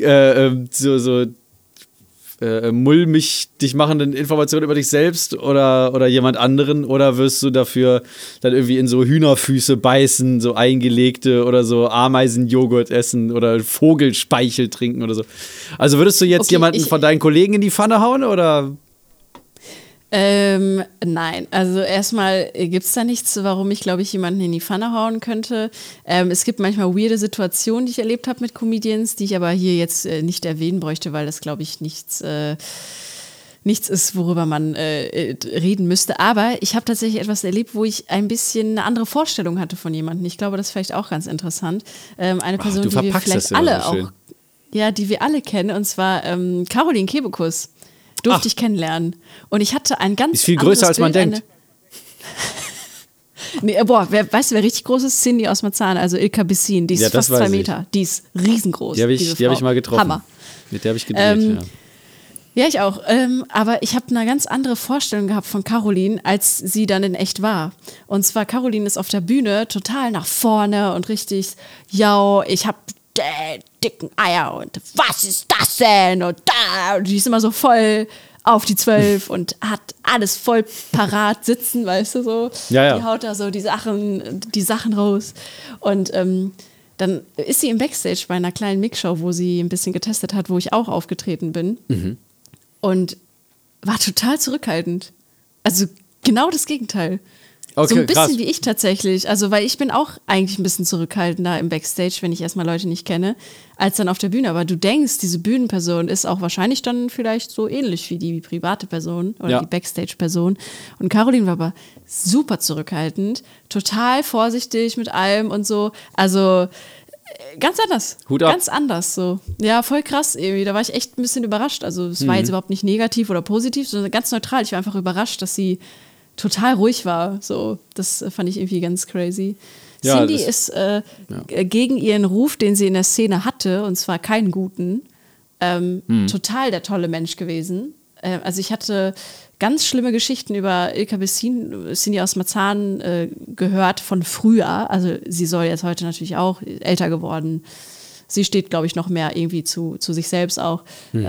mulmig dich machenden Informationen über dich selbst oder jemand anderen, oder wirst du dafür dann irgendwie in so Hühnerfüße beißen, so eingelegte, oder so Ameisenjoghurt essen oder Vogelspeichel trinken oder so. Also würdest du jetzt jemanden von deinen Kollegen in die Pfanne hauen, oder? Nein, also erstmal gibt es da nichts, warum ich, glaube ich, jemanden in die Pfanne hauen könnte. Es gibt manchmal weirde Situationen, die ich erlebt habe mit Comedians, die ich aber hier jetzt nicht erwähnen bräuchte, weil das, glaube ich, nichts ist, worüber man reden müsste. Aber ich habe tatsächlich etwas erlebt, wo ich ein bisschen eine andere Vorstellung hatte von jemandem. Ich glaube, das ist vielleicht auch ganz interessant. Eine Person, die wir vielleicht alle auch, die wir alle kennen, und zwar Caroline Kebekus. Durfte ich kennenlernen. Und ich hatte ein ganz ist viel größer, als man denkt. Weißt du, wer richtig groß ist? Cindy aus Marzahn, also Ilka Bessin. Die ist fast 2 Meter. Die ist riesengroß. Die habe ich mal getroffen. Hammer. Mit der habe ich gedreht, Ja, ich auch. Aber ich habe eine ganz andere Vorstellung gehabt von Caroline, als sie dann in echt war. Und zwar, Caroline ist auf der Bühne total nach vorne und richtig, ich habe dicken Eier und was ist das denn? Und die ist immer so voll auf die 12 und hat alles voll parat sitzen, weißt du so. Ja. Die haut da so die Sachen raus. Und dann ist sie im Backstage bei einer kleinen Mixshow, wo sie ein bisschen getestet hat, wo ich auch aufgetreten bin. Und war total zurückhaltend. Also genau das Gegenteil. Okay, so ein bisschen krass. wie ich tatsächlich. Also, weil ich bin auch eigentlich ein bisschen zurückhaltender im Backstage, wenn ich erstmal Leute nicht kenne, als dann auf der Bühne. Aber du denkst, diese Bühnenperson ist auch wahrscheinlich dann vielleicht so ähnlich wie die private Person oder die Backstage-Person. Und Caroline war aber super zurückhaltend, total vorsichtig mit allem und so. Also ganz anders. Hut ab. Ganz anders so. Ja, voll krass irgendwie. Da war ich echt ein bisschen überrascht. Also es war jetzt überhaupt nicht negativ oder positiv, sondern ganz neutral. Ich war einfach überrascht, dass sie total ruhig war. So, das fand ich irgendwie ganz crazy. Ja, Cindy ist gegen ihren Ruf, den sie in der Szene hatte, und zwar keinen guten, total der tolle Mensch gewesen. Also ich hatte ganz schlimme Geschichten über Ilka Bessin, Cindy aus Marzahn gehört von früher. Also sie soll jetzt heute natürlich auch älter geworden. Sie steht, glaube ich, noch mehr irgendwie zu sich selbst auch.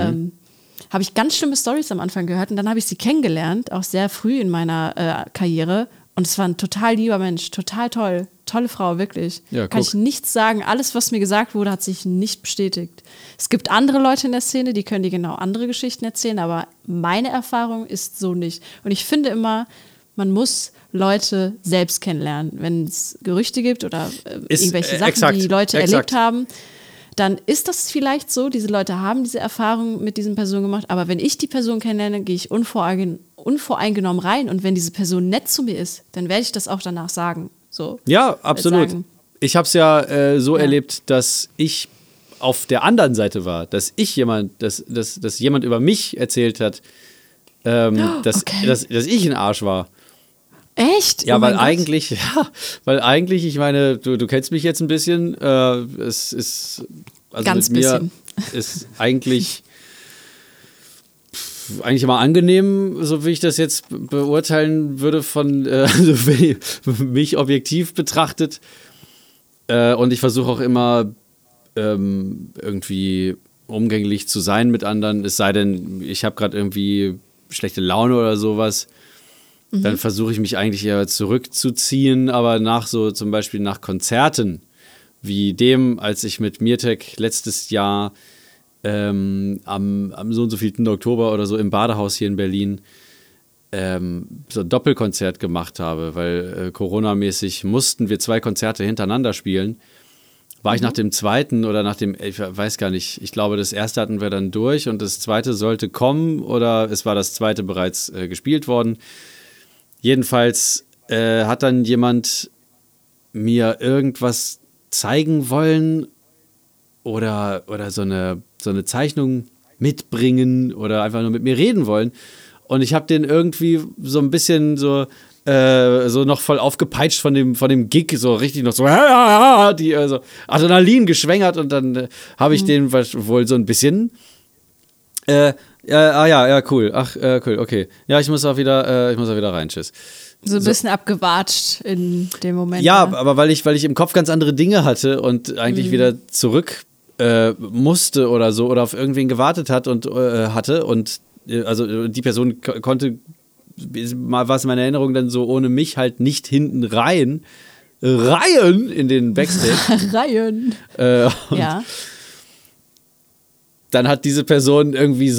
Habe ich ganz schlimme Storys am Anfang gehört und dann habe ich sie kennengelernt, auch sehr früh in meiner Karriere. Und es war ein total lieber Mensch, total toll. Tolle Frau, wirklich. Ja, kann ich nichts sagen. Alles, was mir gesagt wurde, hat sich nicht bestätigt. Es gibt andere Leute in der Szene, die können dir genau andere Geschichten erzählen, aber meine Erfahrung ist so nicht. Und ich finde immer, man muss Leute selbst kennenlernen. Wenn es Gerüchte gibt oder irgendwelche Sachen, die Leute erlebt haben, dann ist das vielleicht so, diese Leute haben diese Erfahrung mit diesen Personen gemacht, aber wenn ich die Person kennenlerne, gehe ich unvoreingenommen rein und wenn diese Person nett zu mir ist, dann werde ich das auch danach sagen. So, ja, absolut. Ich habe es ja erlebt, dass ich auf der anderen Seite war, dass jemand über mich erzählt hat, dass ich ein Arsch war. Echt? Ja, weil eigentlich, ich meine, du kennst mich jetzt ein bisschen, es ist, also ganz mit mir bisschen. ist eigentlich immer angenehm, so wie ich das jetzt beurteilen würde also mich objektiv betrachtet. Und ich versuche auch immer irgendwie umgänglich zu sein mit anderen, es sei denn, ich habe gerade irgendwie schlechte Laune oder sowas. Dann versuche ich mich eigentlich eher zurückzuziehen, aber zum Beispiel nach Konzerten, wie dem, als ich mit Mirtek letztes Jahr am so und so vielten Oktober oder so im Badehaus hier in Berlin so ein Doppelkonzert gemacht habe, weil Corona-mäßig mussten wir 2 Konzerte hintereinander spielen. War ich nach dem zweiten oder ich weiß gar nicht, ich glaube, das erste hatten wir dann durch und das zweite sollte kommen oder es war das zweite bereits gespielt worden. Jedenfalls hat dann jemand mir irgendwas zeigen wollen oder so eine Zeichnung mitbringen oder einfach nur mit mir reden wollen. Und ich habe den irgendwie so ein bisschen so noch voll aufgepeitscht von dem Gig, so richtig noch so die Adrenalin geschwängert und dann habe ich den wohl so ein bisschen cool. Ach, cool, okay. Ja, ich muss auch wieder rein, tschüss. So ein bisschen abgewatscht in dem Moment. Ja, aber weil ich im Kopf ganz andere Dinge hatte und eigentlich wieder zurück musste oder so oder auf irgendwen gewartet hatte und also die Person konnte, mal war es in meiner Erinnerung dann so ohne mich halt nicht hinten Reihen in den Backstage. Reihen. Ja. Dann hat diese Person irgendwie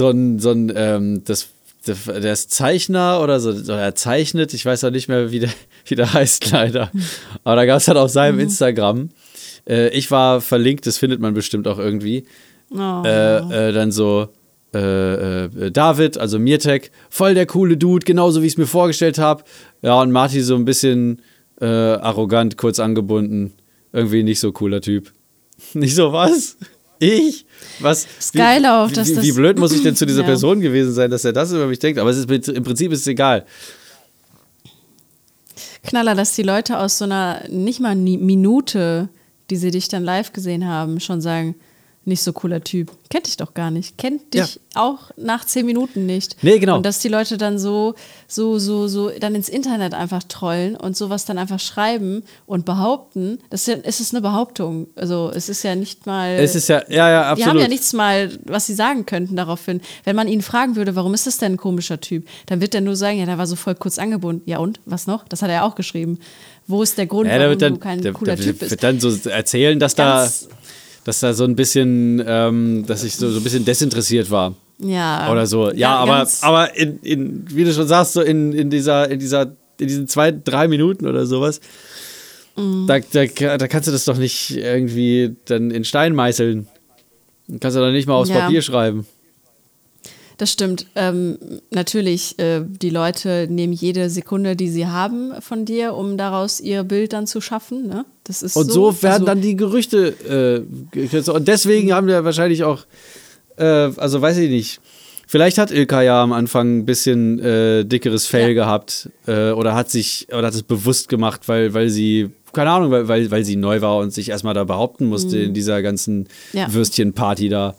der ist Zeichner oder so, er zeichnet, ich weiß auch nicht mehr, wie der heißt leider, aber da gab es halt auf seinem Instagram, ich war verlinkt, das findet man bestimmt auch irgendwie, dann so David, also Mirtek, voll der coole Dude, genauso wie ich es mir vorgestellt habe, ja, und Marty so ein bisschen arrogant, kurz angebunden, irgendwie nicht so cooler Typ. Nicht so, was? Ich? Was? Ist geil auch, wie blöd muss ich denn zu dieser Person gewesen sein, dass er das über mich denkt? Aber im Prinzip ist es egal. Knaller, dass die Leute aus so einer, nicht mal Minute, die sie dich dann live gesehen haben, schon sagen, nicht so cooler Typ. Kennt dich doch gar nicht. Kennt dich auch nach 10 Minuten nicht. Nee, genau. Und dass die Leute dann so dann ins Internet einfach trollen und sowas dann einfach schreiben und behaupten, es ist eine Behauptung. Also es ist ja nicht mal. Es ist ja absolut. Die haben ja nichts mal, was sie sagen könnten daraufhin. Wenn man ihn fragen würde, warum ist das denn ein komischer Typ, dann wird er nur sagen, ja, der war so voll kurz angebunden. Ja und, was noch? Das hat er auch geschrieben. Wo ist der Grund, warum du kein cooler Typ bist? Wird dann so erzählen, dass da so ein bisschen, dass ich so ein bisschen desinteressiert war. Ja. Oder so. Ja, aber wie du schon sagst, so in diesen 2-3 Minuten oder sowas, da kannst du das doch nicht irgendwie dann in Stein meißeln. Kannst du doch nicht mal aufs Papier schreiben. Das stimmt. Natürlich, die Leute nehmen jede Sekunde, die sie haben von dir, um daraus ihr Bild dann zu schaffen. Ne? Das ist und so werden dann die Gerüchte. Und deswegen haben wir wahrscheinlich auch, also weiß ich nicht, vielleicht hat Ilka ja am Anfang ein bisschen dickeres Fell gehabt oder hat es bewusst gemacht, weil sie, keine Ahnung, weil sie neu war und sich erstmal da behaupten musste in dieser ganzen Würstchenparty da.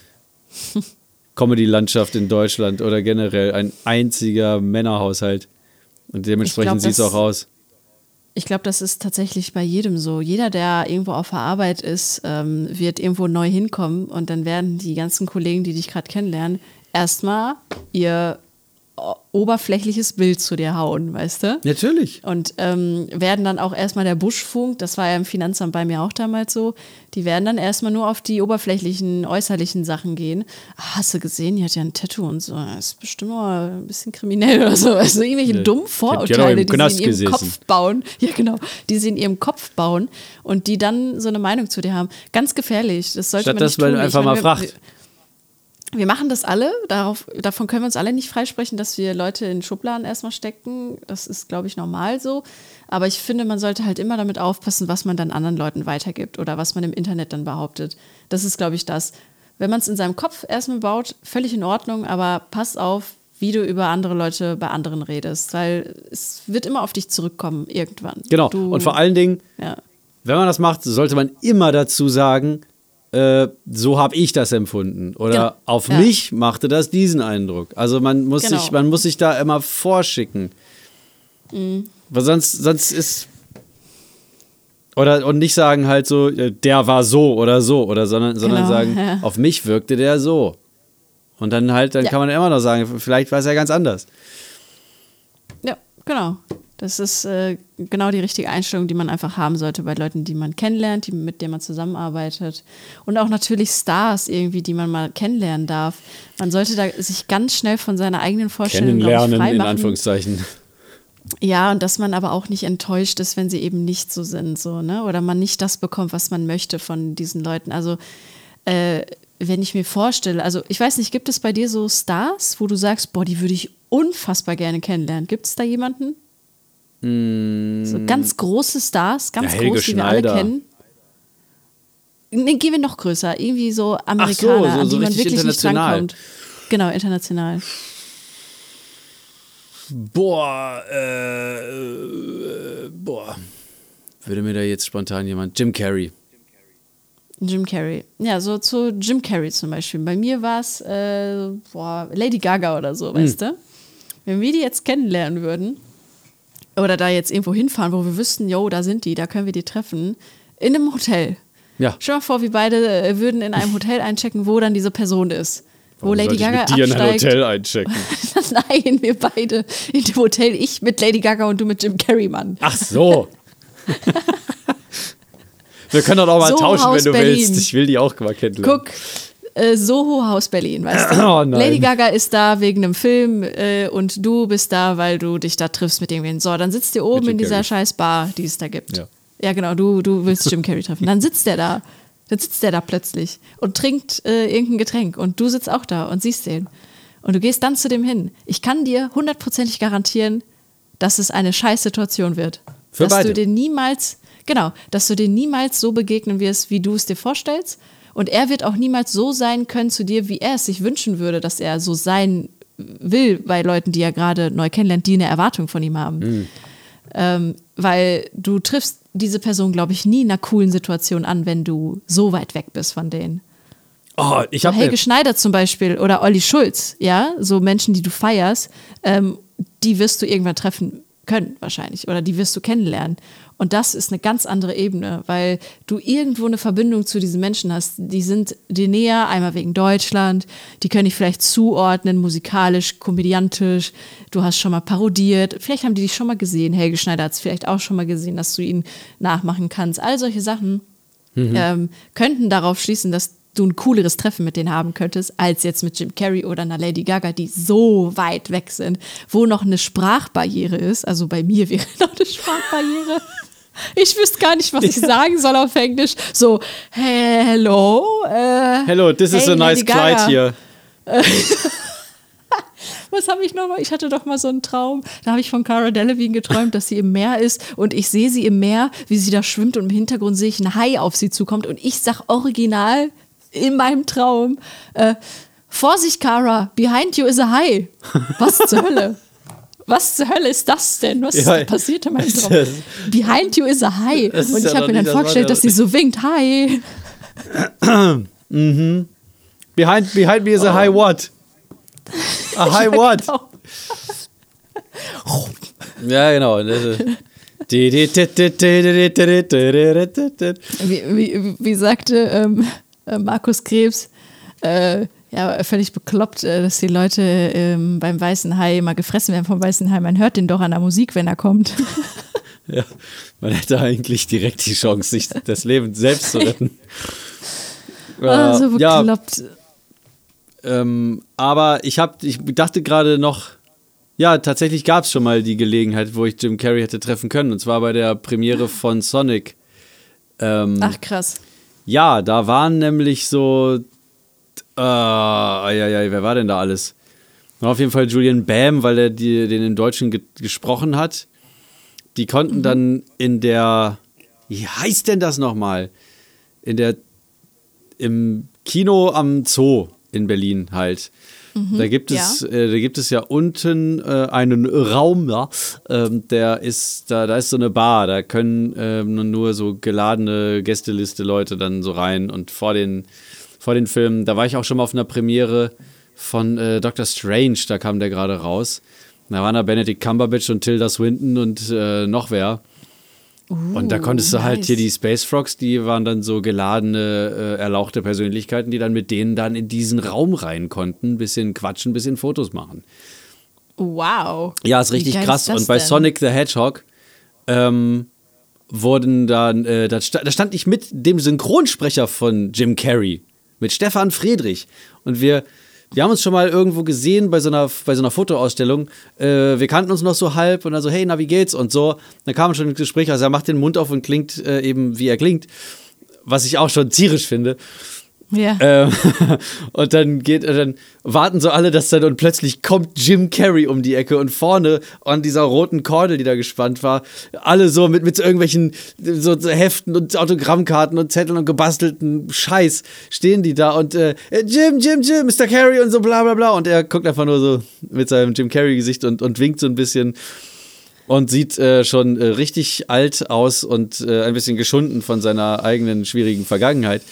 Comedy-Landschaft in Deutschland oder generell ein einziger Männerhaushalt. Und dementsprechend sieht es auch aus. Ich glaube, das ist tatsächlich bei jedem so. Jeder, der irgendwo auf der Arbeit ist, wird irgendwo neu hinkommen und dann werden die ganzen Kollegen, die dich gerade kennenlernen, erstmal ihr oberflächliches Bild zu dir hauen, weißt du? Natürlich. Und werden dann auch erstmal der Buschfunk, das war ja im Finanzamt bei mir auch damals so, die werden dann erstmal nur auf die oberflächlichen, äußerlichen Sachen gehen. Hast du gesehen, die hat ja ein Tattoo und so, das ist bestimmt noch ein bisschen kriminell oder so. Also irgendwelche dummen Vorurteile, die sie in ihrem Kopf bauen. Ja, genau, die sie in ihrem Kopf bauen und die dann so eine Meinung zu dir haben. Ganz gefährlich, das sollte man nicht tun. Statt dass man einfach mal fragt. Wir machen das alle, davon können wir uns alle nicht freisprechen, dass wir Leute in Schubladen erstmal stecken. Das ist, glaube ich, normal so. Aber ich finde, man sollte halt immer damit aufpassen, was man dann anderen Leuten weitergibt oder was man im Internet dann behauptet. Das ist, glaube ich, das. Wenn man es in seinem Kopf erstmal baut, völlig in Ordnung, aber pass auf, wie du über andere Leute bei anderen redest, weil es wird immer auf dich zurückkommen irgendwann. Genau, und vor allen Dingen, wenn man das macht, sollte man immer dazu sagen, so habe ich das empfunden. Oder auf mich machte das diesen Eindruck. Also man muss sich da immer vorschicken. Weil sonst ist und nicht sagen halt so, der war so, sondern sagen, auf mich wirkte der so. Und dann kann man immer noch sagen, vielleicht war es ja ganz anders. Ja, genau. Das ist genau die richtige Einstellung, die man einfach haben sollte bei Leuten, die man kennenlernt, mit denen man zusammenarbeitet. Und auch natürlich Stars irgendwie, die man mal kennenlernen darf. Man sollte da sich ganz schnell von seiner eigenen Vorstellung kennenlernen, in Anführungszeichen. Ja, und dass man aber auch nicht enttäuscht ist, wenn sie eben nicht so sind, so, ne? Oder man nicht das bekommt, was man möchte von diesen Leuten. Also wenn ich mir vorstelle, also ich weiß nicht, gibt es bei dir so Stars, wo du sagst, boah, die würde ich unfassbar gerne kennenlernen? Gibt es da jemanden? So ganz große Stars, ganz groß, die wir alle kennen. Nee, gehen wir noch größer, irgendwie so Amerikaner, an die man wirklich nicht rankommt. Genau, international. Boah. Würde mir da jetzt spontan jemand... Jim Carrey. Ja, so zu Jim Carrey zum Beispiel. Bei mir war es Lady Gaga oder so, weißt du? Wenn wir die jetzt kennenlernen würden oder da jetzt irgendwo hinfahren, wo wir wüssten, jo, da sind die, da können wir die treffen, in einem Hotel. Ja. Stell dir mal vor, wir beide würden in einem Hotel einchecken, wo dann diese Person ist. Wo Lady Gaga mit dir absteigt. in ein Hotel einchecken? Nein, wir beide in dem Hotel, ich mit Lady Gaga und du mit Jim Carrey, Mann. Ach so. Wir können doch auch mal tauschen, wenn du willst. Ich will die auch mal kennenlernen. Guck, Soho Haus Berlin, weißt du? Oh, nein. Lady Gaga ist da wegen einem Film und du bist da, weil du dich da triffst mit irgendwen. So, dann sitzt ihr oben in dieser scheiß Bar, die es da gibt. Ja genau, du willst Jim Carrey treffen. Dann sitzt der da. Dann sitzt der da plötzlich und trinkt irgendein Getränk und du sitzt auch da und siehst den. Und du gehst dann zu dem hin. Ich kann dir 100%ig garantieren, dass es eine scheiß Situation wird. Für beide. Dass du dir niemals so begegnen wirst, wie du es dir vorstellst. Und er wird auch niemals so sein können zu dir, wie er es sich wünschen würde, dass er so sein will bei Leuten, die er gerade neu kennenlernt, die eine Erwartung von ihm haben. Weil du triffst diese Person, glaube ich, nie in einer coolen Situation an, wenn du so weit weg bist von denen. Oh, ich habe Helge Schneider zum Beispiel oder Olli Schulz, ja, so Menschen, die du feierst, die wirst du irgendwann treffen können wahrscheinlich oder die wirst du kennenlernen. Und das ist eine ganz andere Ebene, weil du irgendwo eine Verbindung zu diesen Menschen hast. Die sind dir näher, einmal wegen Deutschland, die können dich vielleicht zuordnen, musikalisch, komödiantisch. Du hast schon mal parodiert, vielleicht haben die dich schon mal gesehen. Helge Schneider hat es vielleicht auch schon mal gesehen, dass du ihn nachmachen kannst. All solche Sachen könnten darauf schließen, dass du ein cooleres Treffen mit denen haben könntest, als jetzt mit Jim Carrey oder einer Lady Gaga, die so weit weg sind, wo noch eine Sprachbarriere ist. Also bei mir wäre noch eine Sprachbarriere. Ich wüsste gar nicht, was ich sagen soll auf Englisch. So, hello. Hello, this is a nice flight here. Was habe ich nochmal? Ich hatte doch mal so einen Traum. Da habe ich von Cara Delevingne geträumt, dass sie im Meer ist und ich sehe sie im Meer, wie sie da schwimmt und im Hintergrund sehe ich ein Hai auf sie zukommt und ich sag original in meinem Traum, Vorsicht, Cara, behind you is a Hai. Was zur Hölle? Was zur Hölle ist das denn? Was passiert in meinem Traum? Behind you is a Hai. Und ich habe mir dann vorgestellt, dass sie so winkt, Hi. Behind me is a high what? A high what? Genau. Ja, genau. Wie sagte Markus Krebs, völlig bekloppt, dass die Leute beim weißen Hai immer gefressen werden vom weißen Hai. Man hört den doch an der Musik, wenn er kommt. Ja, man hätte eigentlich direkt die Chance, sich das Leben selbst zu retten. So bekloppt. Aber ich dachte gerade noch, ja, tatsächlich gab es schon mal die Gelegenheit, wo ich Jim Carrey hätte treffen können. Und zwar bei der Premiere von Sonic. Ach, krass. Ja, da waren nämlich so, wer war denn da alles? War auf jeden Fall Julian Bam, weil er den im Deutschen gesprochen hat. Die konnten dann in der, wie heißt denn das nochmal? Im Kino am Zoo in Berlin halt. Da gibt es ja unten einen Raum, da ist so eine Bar, da können nur so geladene Gästeliste-Leute dann so rein und vor den Filmen, da war ich auch schon mal auf einer Premiere von Doctor Strange, da kam der gerade raus. Da waren da Benedict Cumberbatch und Tilda Swinton und noch wer. Und da konntest du halt hier die Space Frogs, die waren dann so geladene, erlauchte Persönlichkeiten, die dann mit denen dann in diesen Raum rein konnten, ein bisschen quatschen, ein bisschen Fotos machen. Wow. Ja, ist richtig krass. Und bei Sonic the Hedgehog wurden dann, da stand ich mit dem Synchronsprecher von Jim Carrey, mit Stefan Friedrich. Und wir haben uns schon mal irgendwo gesehen bei so einer Fotoausstellung. Wir kannten uns noch so halb und dann so, hey, na, wie geht's? Und so. Dann kam schon ins Gespräch, also er macht den Mund auf und klingt eben, wie er klingt. Was ich auch schon tierisch finde. Ja. Und dann warten so alle, dass dann und plötzlich kommt Jim Carrey um die Ecke und vorne an dieser roten Kordel, die da gespannt war, alle so mit so irgendwelchen so Heften und Autogrammkarten und Zetteln und gebastelten Scheiß stehen die da und Jim, Mr. Carrey und so bla bla bla und er guckt einfach nur so mit seinem Jim Carrey Gesicht und winkt so ein bisschen und sieht schon richtig alt aus und ein bisschen geschunden von seiner eigenen schwierigen Vergangenheit.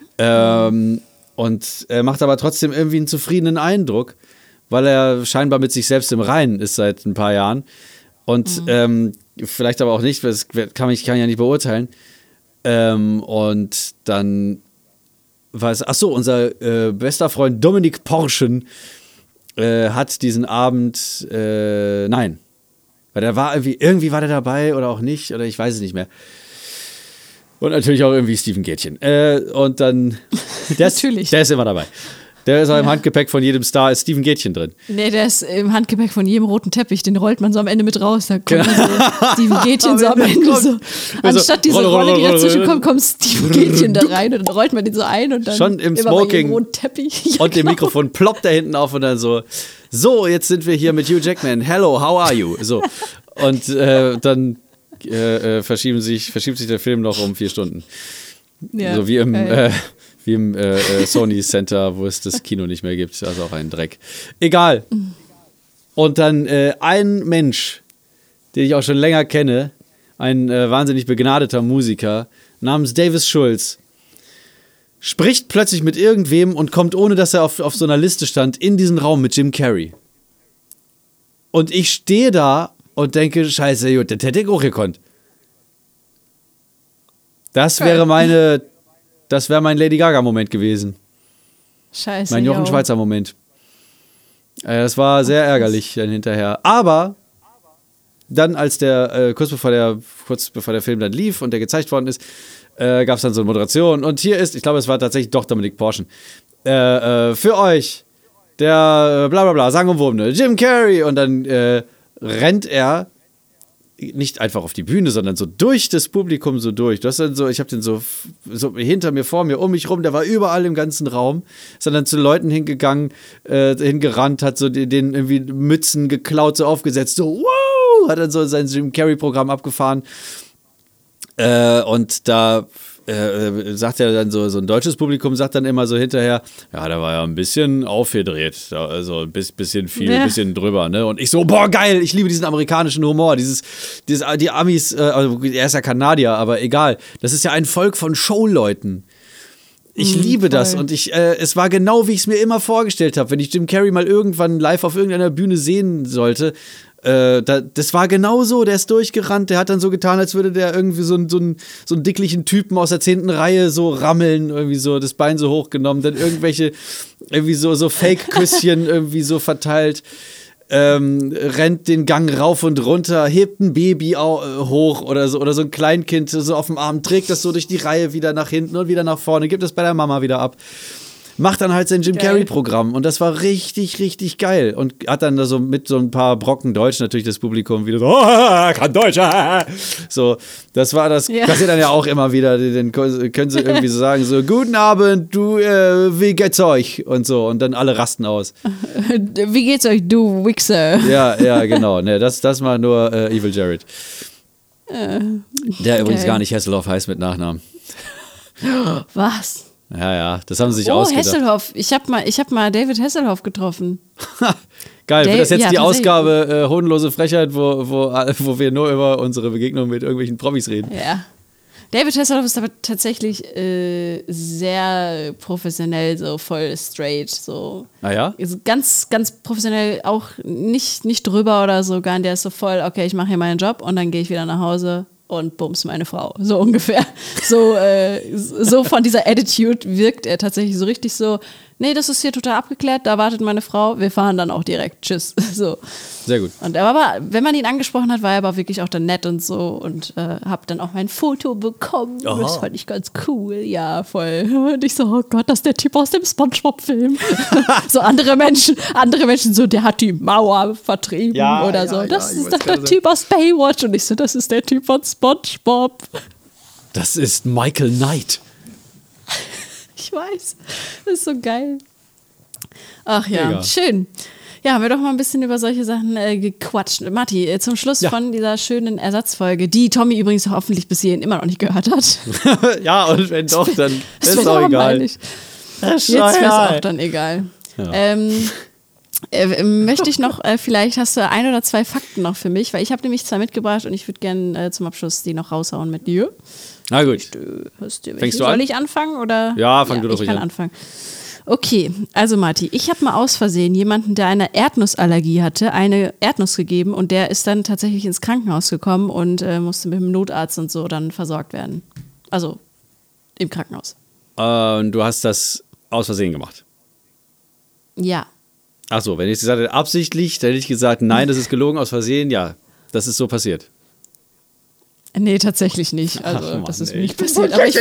Und er macht aber trotzdem irgendwie einen zufriedenen Eindruck, weil er scheinbar mit sich selbst im Reinen ist seit ein paar Jahren. Und vielleicht aber auch nicht, das kann ich ja nicht beurteilen. Und dann war es, unser bester Freund Dominik Porschen hat diesen Abend, nein, weil der war irgendwie war der dabei oder auch nicht, oder ich weiß es nicht mehr. Und natürlich auch irgendwie Steven Gätchen. Und dann, der ist immer dabei. Der ist auch im Handgepäck von jedem Star, ist Steven Gätchen drin. Nee, der ist im Handgepäck von jedem roten Teppich, den rollt man so am Ende mit raus. Da kommt so Steven Gätchen so am Ende so. Anstatt diese Rolle, die dazwischen kommt Steven Gätchen da rein und dann rollt man den so ein und dann schon im immer Smoking bei roten Teppich. Ja, und dem Mikrofon ploppt da hinten auf und dann so, jetzt sind wir hier mit Hugh Jackman. Hello, how are you? So. Und dann verschiebt sich der Film noch um 4 Stunden. Ja, so wie im Sony Center, wo es das Kino nicht mehr gibt. Also auch ein Dreck. Egal. Und dann ein Mensch, den ich auch schon länger kenne, ein wahnsinnig begnadeter Musiker namens Davis Schulz, spricht plötzlich mit irgendwem und kommt, ohne dass er auf so einer Liste stand, in diesen Raum mit Jim Carrey. Und ich stehe da und denke, scheiße, gut, das hätte ich auch gekonnt. Das wäre mein Lady Gaga-Moment gewesen. Scheiße. Mein Jochen Schweizer-Moment. Das war sehr ärgerlich dann hinterher. Aber dann, als kurz bevor der Film dann lief und der gezeigt worden ist, gab es dann so eine Moderation. Und hier ist, ich glaube, es war tatsächlich doch Dominik Porschen. Für euch, der bla bla bla, sang und wurmne, Jim Carrey. Und dann rennt er nicht einfach auf die Bühne, sondern so durch das Publikum so durch. Das dann so, ich habe den so hinter mir, vor mir, um mich rum, der war überall im ganzen Raum, ist dann zu Leuten hingerannt, hat so denen irgendwie Mützen geklaut, so aufgesetzt, so wow, hat dann so sein Jim Carrey-Programm abgefahren. Und da sagt er dann so ein deutsches Publikum sagt dann immer so hinterher, ja, da war ja ein bisschen aufgedreht, also ein bisschen viel, ein bisschen drüber, ne? Und ich so, boah, geil, ich liebe diesen amerikanischen Humor, die Amis, also er ist ja Kanadier, aber egal, das ist ja ein Volk von Showleuten. Ich liebe das und es war genau, wie ich es mir immer vorgestellt habe, wenn ich Jim Carrey mal irgendwann live auf irgendeiner Bühne sehen sollte. Das war genau so, der ist durchgerannt, der hat dann so getan, als würde der irgendwie so einen dicklichen Typen aus der 10. Reihe so rammeln, irgendwie so das Bein so hochgenommen, dann irgendwelche irgendwie so Fake-Küsschen irgendwie so verteilt, rennt den Gang rauf und runter, hebt ein Baby hoch oder so ein Kleinkind so auf dem Arm, trägt das so durch die Reihe wieder nach hinten und wieder nach vorne, gibt es bei der Mama wieder ab. Macht dann halt sein Jim Carrey-Programm und das war richtig, richtig geil. Und hat dann da so mit so ein paar Brocken Deutsch natürlich das Publikum wieder so, oh, kann Deutsch, so, das war das, passiert dann ja auch immer wieder, dann können sie irgendwie so sagen, so, guten Abend, wie geht's euch? Und so, und dann alle rasten aus. Wie geht's euch, du Wichser? Ja, genau, ne, das war nur Evil Jared. Der übrigens gar nicht Hasselhoff heißt mit Nachnamen. Was? Ja, das haben sie sich ausgedacht. Hasselhoff. Ich hab mal David Hasselhoff getroffen. Geil, wird das jetzt die Ausgabe Hodenlose Frechheit, wo wir nur über unsere Begegnung mit irgendwelchen Promis reden? Ja. David Hasselhoff ist aber tatsächlich sehr professionell, so voll straight. So. Ah ja? Ist ganz, ganz professionell, auch nicht drüber oder so, gar nicht. Der ist so voll, okay, ich mache hier meinen Job und dann gehe ich wieder nach Hause und bums meine Frau, so ungefähr. So von dieser Attitude wirkt er tatsächlich so richtig so, nee, das ist hier total abgeklärt, da wartet meine Frau, wir fahren dann auch direkt, tschüss. So. Sehr gut. Und er war aber, wenn man ihn angesprochen hat, war er aber wirklich auch dann nett und so und hab dann auch mein Foto bekommen. Oh. Das fand ich ganz cool, ja, voll. Und ich so, oh Gott, das ist der Typ aus dem SpongeBob-Film. So andere Menschen so, der hat die Mauer vertrieben oder so. Das ist doch der Typ aus Baywatch. Und ich so, das ist der Typ von SpongeBob. Das ist Michael Knight. Ich weiß, das ist so geil. Ach ja, schön. Ja, haben wir doch mal ein bisschen über solche Sachen gequatscht. Matti, zum Schluss von dieser schönen Ersatzfolge, die Tommy übrigens hoffentlich bis hierhin immer noch nicht gehört hat. Ja, und wenn doch, dann ist es auch egal. Jetzt wäre es auch dann egal. Ja. Möchte ich noch, vielleicht hast du 1 oder 2 Fakten noch für mich, weil ich habe nämlich 2 mitgebracht und ich würde gerne zum Abschluss die noch raushauen mit dir. Na gut. Fängst du an? Soll ich anfangen? Oder? Ja, fang du doch an. Ich kann anfangen. Okay, also Marti, ich habe mal aus Versehen jemanden, der eine Erdnussallergie hatte, eine Erdnuss gegeben und der ist dann tatsächlich ins Krankenhaus gekommen und musste mit dem Notarzt und so dann versorgt werden. Also im Krankenhaus. Du hast das aus Versehen gemacht? Ja. Ach so, wenn ich gesagt hätte, absichtlich, dann hätte ich gesagt, nein, das ist gelogen, aus Versehen, ja, das ist so passiert. Nee, tatsächlich nicht. Also, Mann, das ist nicht passiert. Aber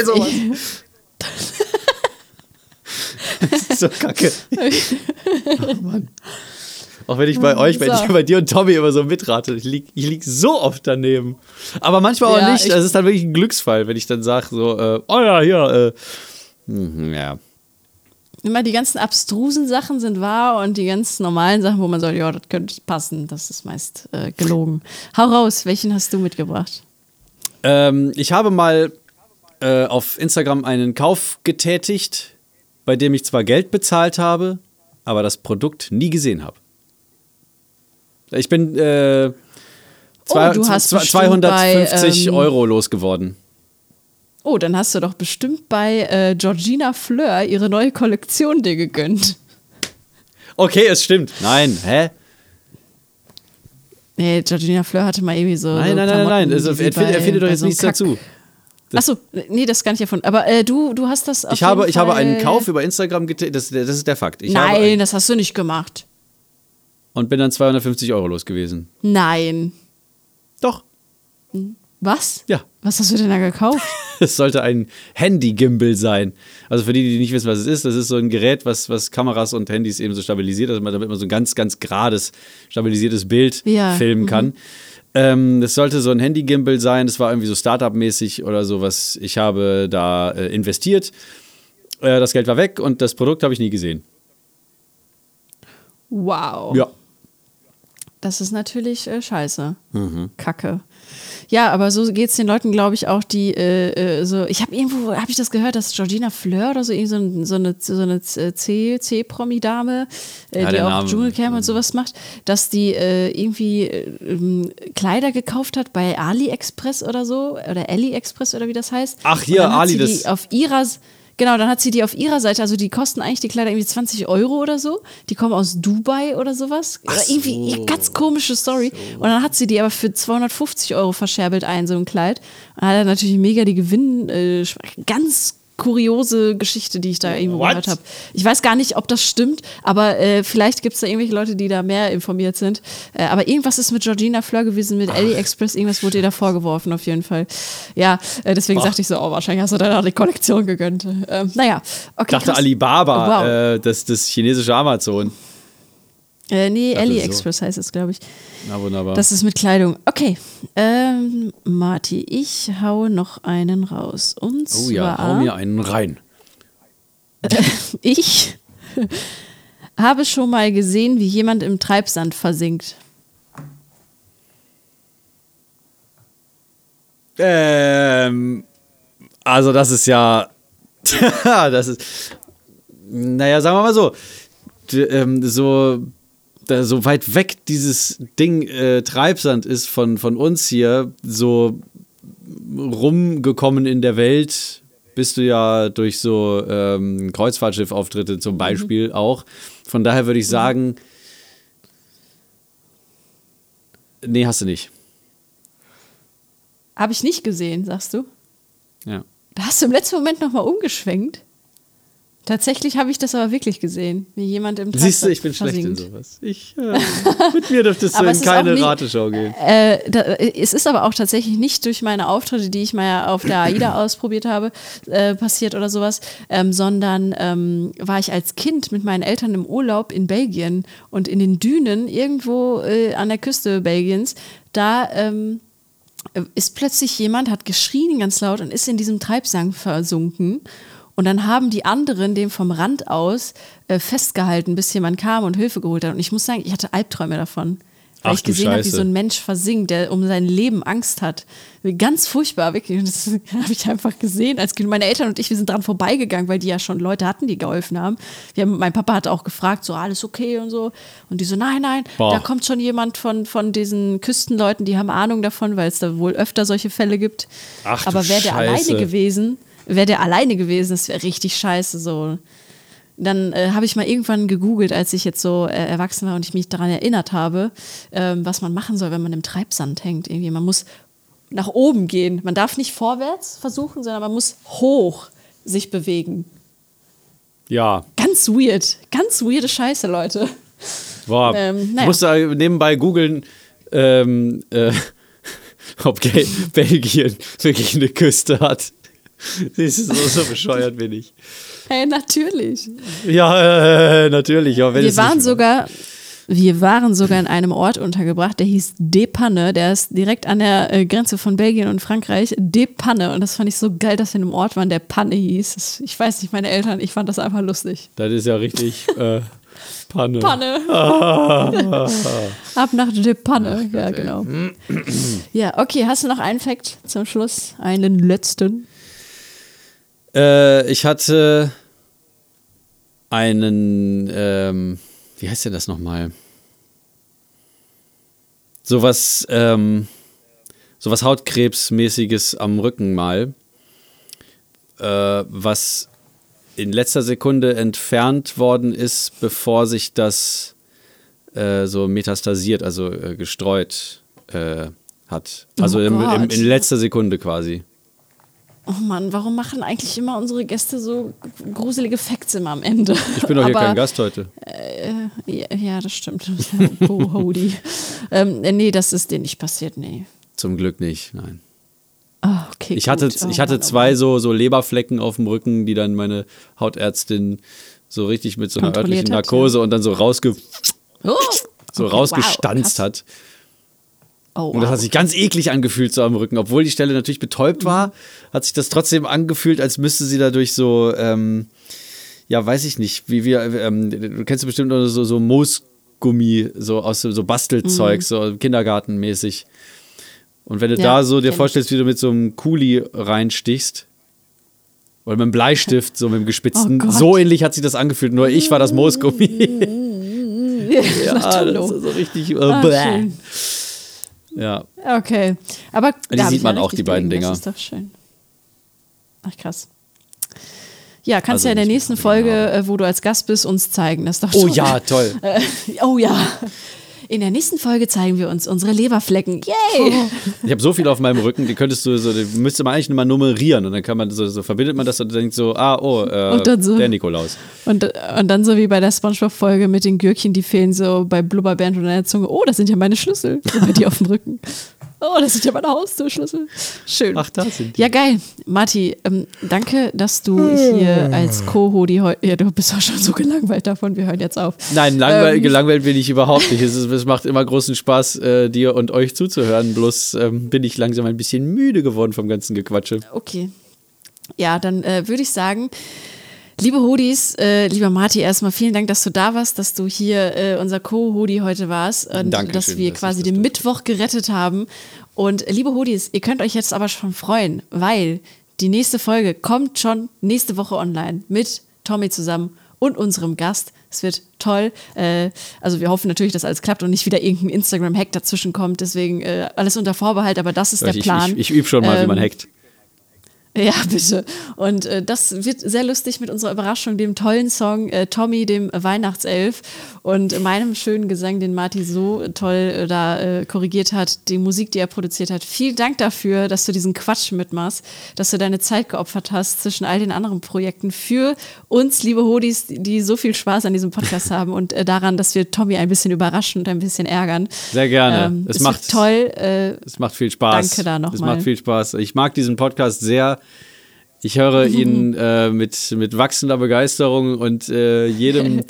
das ist so kacke. Ach, Mann. Auch wenn ich bei euch, wenn ich bei dir und Tommy immer so mitrate, ich lieg so oft daneben. Aber manchmal auch nicht. Das ist dann wirklich ein Glücksfall, wenn ich dann sage, so, oh ja, hier, ja. Immer die ganzen abstrusen Sachen sind wahr und die ganz normalen Sachen, wo man sagt, ja, das könnte passen, das ist meist gelogen. Hau raus, welchen hast du mitgebracht? Ich habe mal auf Instagram einen Kauf getätigt, bei dem ich zwar Geld bezahlt habe, aber das Produkt nie gesehen habe. Ich bin 250 € losgeworden. Oh, dann hast du doch bestimmt bei Georgina Fleur ihre neue Kollektion dir gegönnt. Okay, es stimmt. Nein, hä? Nee, Georgina Fleur hatte mal irgendwie so. Nein. Also, er findet doch jetzt nichts dazu. Achso, nee, das ist gar nicht erfunden. Aber du hast das auf Ich habe Fall einen Kauf über Instagram getätigt, das ist der Fakt. Nein, das hast du nicht gemacht. Und bin dann 250 € los gewesen. Nein. Doch. Was? Ja. Was hast du denn da gekauft? Es sollte ein Handy-Gimbal sein. Also für die nicht wissen, was es ist, das ist so ein Gerät, was Kameras und Handys eben so stabilisiert, damit man so ein ganz, ganz gerades, stabilisiertes Bild filmen kann. Das sollte so ein Handy-Gimbal sein, das war irgendwie so Startup-mäßig oder sowas. Ich habe da investiert, das Geld war weg und das Produkt habe ich nie gesehen. Wow. Ja. Das ist natürlich scheiße. Kacke. Ja, aber so geht es den Leuten, glaube ich, auch, die so. Habe ich das gehört, dass Georgina Fleur oder so, so eine C-Promi-Dame, die auch Dschungelcamp und sowas macht, dass die irgendwie Kleider gekauft hat bei AliExpress oder so, oder AliExpress oder wie das heißt. Ach, hier, Ali, das. Genau, dann hat sie die auf ihrer Seite, also die kosten eigentlich die Kleider irgendwie 20 € oder so. Die kommen aus Dubai oder sowas. Oder irgendwie eine ganz komische Story. Und dann hat sie die aber für 250 € verscherbelt so ein Kleid. Und dann hat er natürlich mega die ganz kuriose Geschichte, die ich da irgendwo gehört habe. Ich weiß gar nicht, ob das stimmt, aber vielleicht gibt es da irgendwelche Leute, die da mehr informiert sind. Aber irgendwas ist mit Georgina Fleur gewesen, mit AliExpress, irgendwas wurde ihr da vorgeworfen auf jeden Fall. Ja, deswegen sagte ich so, wahrscheinlich hast du da die Kollektion gegönnt. Naja, okay. Ich dachte Alibaba, das chinesische Amazon. Nee, AliExpress heißt es, glaube ich. Na, wunderbar. Das ist mit Kleidung. Okay, Marti, ich haue noch einen raus. Und zwar... Oh ja, hau mir einen rein. Ich habe schon mal gesehen, wie jemand im Treibsand versinkt. Also das ist ja... Naja, sagen wir mal so. So weit weg dieses Ding Treibsand ist von uns hier, so rumgekommen in der Welt, bist du ja durch so Kreuzfahrtschiff-Auftritte zum Beispiel auch. Von daher würde ich sagen, nee, hast du nicht. Habe ich nicht gesehen, sagst du? Ja. Da hast du im letzten Moment nochmal umgeschwenkt. Tatsächlich habe ich das aber wirklich gesehen, wie jemand im Treibsand Siehst du, ich bin versinkt. schlecht in sowas. Mit mir dürftest du in keine Rateschau gehen. Es ist aber auch tatsächlich nicht durch meine Auftritte, die ich mal auf der AIDA ausprobiert habe, passiert oder sowas, sondern war ich als Kind mit meinen Eltern im Urlaub in Belgien und in den Dünen irgendwo an der Küste Belgiens, da ist plötzlich jemand, hat geschrien ganz laut und ist in diesem Treibsand versunken. Und dann haben die anderen den vom Rand aus festgehalten, bis jemand kam und Hilfe geholt hat. Und ich muss sagen, ich hatte Albträume davon. Weil ich gesehen habe, wie so ein Mensch versinkt, der um sein Leben Angst hat. Ganz furchtbar, wirklich. Und das habe ich einfach gesehen als Kind. Meine Eltern und ich, wir sind dran vorbeigegangen, weil die ja schon Leute hatten, die geholfen haben. Mein Papa hat auch gefragt, so alles okay und so. Und die so, nein, da kommt schon jemand von diesen Küstenleuten, die haben Ahnung davon, weil es da wohl öfter solche Fälle gibt. Ach, aber wäre der alleine gewesen, das wäre richtig scheiße. So. Dann habe ich mal irgendwann gegoogelt, als ich jetzt so erwachsen war und ich mich daran erinnert habe, was man machen soll, wenn man im Treibsand hängt. Irgendwie. Man muss nach oben gehen. Man darf nicht vorwärts versuchen, sondern man muss hoch sich bewegen. Ja. Ganz weirde Scheiße, Leute. Boah, ich musste nebenbei googeln, ob Belgien wirklich eine Küste hat. Siehst du, so bescheuert bin ich. Hey, natürlich. Ja, natürlich. Ja, wir waren sogar in einem Ort untergebracht, der hieß Depanne. Der ist direkt an der Grenze von Belgien und Frankreich. Depanne. Und das fand ich so geil, dass wir in einem Ort waren, der Panne hieß. Ich weiß nicht, meine Eltern, ich fand das einfach lustig. Das ist ja richtig Panne. Ab nach Depanne. Ja, genau. Ja, okay. Hast du noch einen Fact zum Schluss? Einen letzten? Ich hatte einen, wie heißt denn das nochmal? Sowas Hautkrebsmäßiges am Rücken mal. was in letzter Sekunde entfernt worden ist, bevor sich das so metastasiert, also gestreut hat. Also in letzter Sekunde quasi. Oh Mann, warum machen eigentlich immer unsere Gäste so gruselige Facts immer am Ende? Ich bin doch hier kein Gast heute. Ja, das stimmt. Oh, Hodi. Nee, das ist dir nicht passiert, nee. Zum Glück nicht, nein. Oh, okay, ich hatte zwei so Leberflecken auf dem Rücken, die dann meine Hautärztin so richtig mit so einer örtlichen Narkose und dann so rausgestanzt hat. Oh, und das hat sich ganz eklig angefühlt so am Rücken. Obwohl die Stelle natürlich betäubt war, hat sich das trotzdem angefühlt, als müsste sie dadurch so, ja, weiß ich nicht, wie wir, du kennst bestimmt noch so Moosgummi, so aus so Bastelzeug, so kindergartenmäßig. Und wenn du da so dir vorstellst, wie du mit so einem Kuli reinstichst, oder mit einem Bleistift, so mit dem gespitzten, so ähnlich hat sich das angefühlt, nur ich war das Moosgummi. Ja, das ist so richtig, schön. Ja. Okay. Aber die sieht man auch, die beiden Dinger. Das ist doch schön. Ach, krass. Ja, kannst du ja in der nächsten Folge, wo du als Gast bist, uns zeigen. Das ist doch toll. Oh ja, toll. Oh ja. In der nächsten Folge zeigen wir uns unsere Leberflecken. Yay! Ich habe so viel auf meinem Rücken, die müsste man eigentlich nur mal nummerieren und dann kann man so verbindet man das und denkt so, der Nikolaus. Und dann so wie bei der SpongeBob-Folge mit den Gürkchen, die fehlen so bei Blubberband oder der Zunge. Oh, das sind ja meine Schlüssel. So bei dir auf dem Rücken. Oh, das sind ja meine Haustürschlüssel. Schön. Ach, da sind die. Ja, geil. Marti, danke, dass du hier als Co-Hodi heute. Ja, du bist auch schon so gelangweilt davon. Wir hören jetzt auf. Nein, gelangweilt bin ich überhaupt nicht. Es macht immer großen Spaß, dir und euch zuzuhören. Bloß bin ich langsam ein bisschen müde geworden vom ganzen Gequatsche. Okay. Ja, dann würde ich sagen, liebe Hodis, lieber Marti, erstmal vielen Dank, dass du da warst, dass du hier unser Co-Hodi heute warst und Dankeschön, dass wir quasi den Mittwoch gerettet haben. Und liebe Hodis, ihr könnt euch jetzt aber schon freuen, weil die nächste Folge kommt schon nächste Woche online mit Tommy zusammen und unserem Gast. Es wird toll. Also wir hoffen natürlich, dass alles klappt und nicht wieder irgendein Instagram-Hack dazwischen kommt. Deswegen alles unter Vorbehalt, aber das ist der Plan. Ich übe schon mal, wie man hackt. Ja, bitte. Und das wird sehr lustig mit unserer Überraschung, dem tollen Song Tommy, dem Weihnachtself und meinem schönen Gesang, den Marti so toll da korrigiert hat, die Musik, die er produziert hat. Vielen Dank dafür, dass du diesen Quatsch mitmachst, dass du deine Zeit geopfert hast zwischen all den anderen Projekten für uns, liebe Hodis, die so viel Spaß an diesem Podcast haben und daran, dass wir Tommy ein bisschen überraschen und ein bisschen ärgern. Sehr gerne. Es macht toll. Es macht viel Spaß. Danke da nochmal. Es macht viel Spaß. Ich mag diesen Podcast sehr. Ich höre ihn mit wachsender Begeisterung und jedem,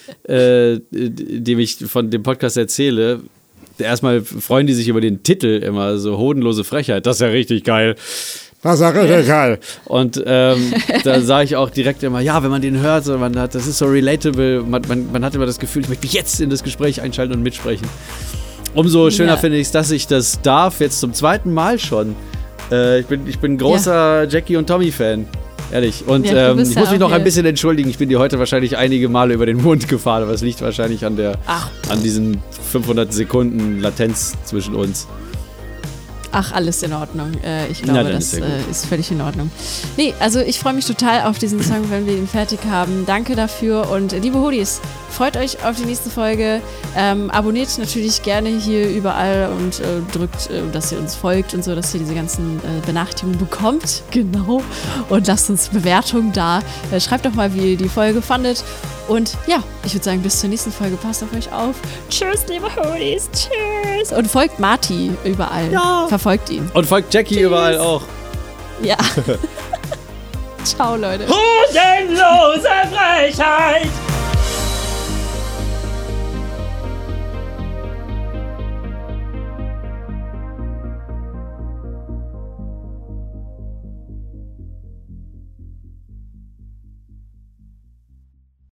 dem ich von dem Podcast erzähle, erstmal freuen die sich über den Titel immer, so hodenlose Frechheit. Das ist ja richtig geil. Das ist ja richtig geil. Und da sage ich auch direkt immer, ja, wenn man den hört, so, das ist so relatable, man hat immer das Gefühl, ich möchte mich jetzt in das Gespräch einschalten und mitsprechen. Umso schöner finde ich es, dass ich das darf, jetzt zum zweiten Mal schon. Ich bin großer Jackie und Tommy-Fan, ehrlich. Und ich muss mich noch ein bisschen entschuldigen. Ich bin dir heute wahrscheinlich einige Male über den Mund gefahren, aber es liegt wahrscheinlich an diesen 500 Sekunden Latenz zwischen uns. Ach, alles in Ordnung. Ich glaube, das ist völlig in Ordnung. Nee, also ich freue mich total auf diesen Song, wenn wir ihn fertig haben. Danke dafür und liebe Hodis, freut euch auf die nächste Folge. Abonniert natürlich gerne hier überall und drückt, dass ihr uns folgt und so, dass ihr diese ganzen Benachrichtigungen bekommt. Genau. Und lasst uns Bewertungen da. Schreibt doch mal, wie ihr die Folge fandet. Und ja, ich würde sagen, bis zur nächsten Folge. Passt auf euch auf. Tschüss, liebe Hodis. Tschüss. Und folgt Marti überall. Ja. Verfolgt ihn. Und folgt Jackie überall auch. Ja. Ciao, Leute. Hodenlose Frechheit.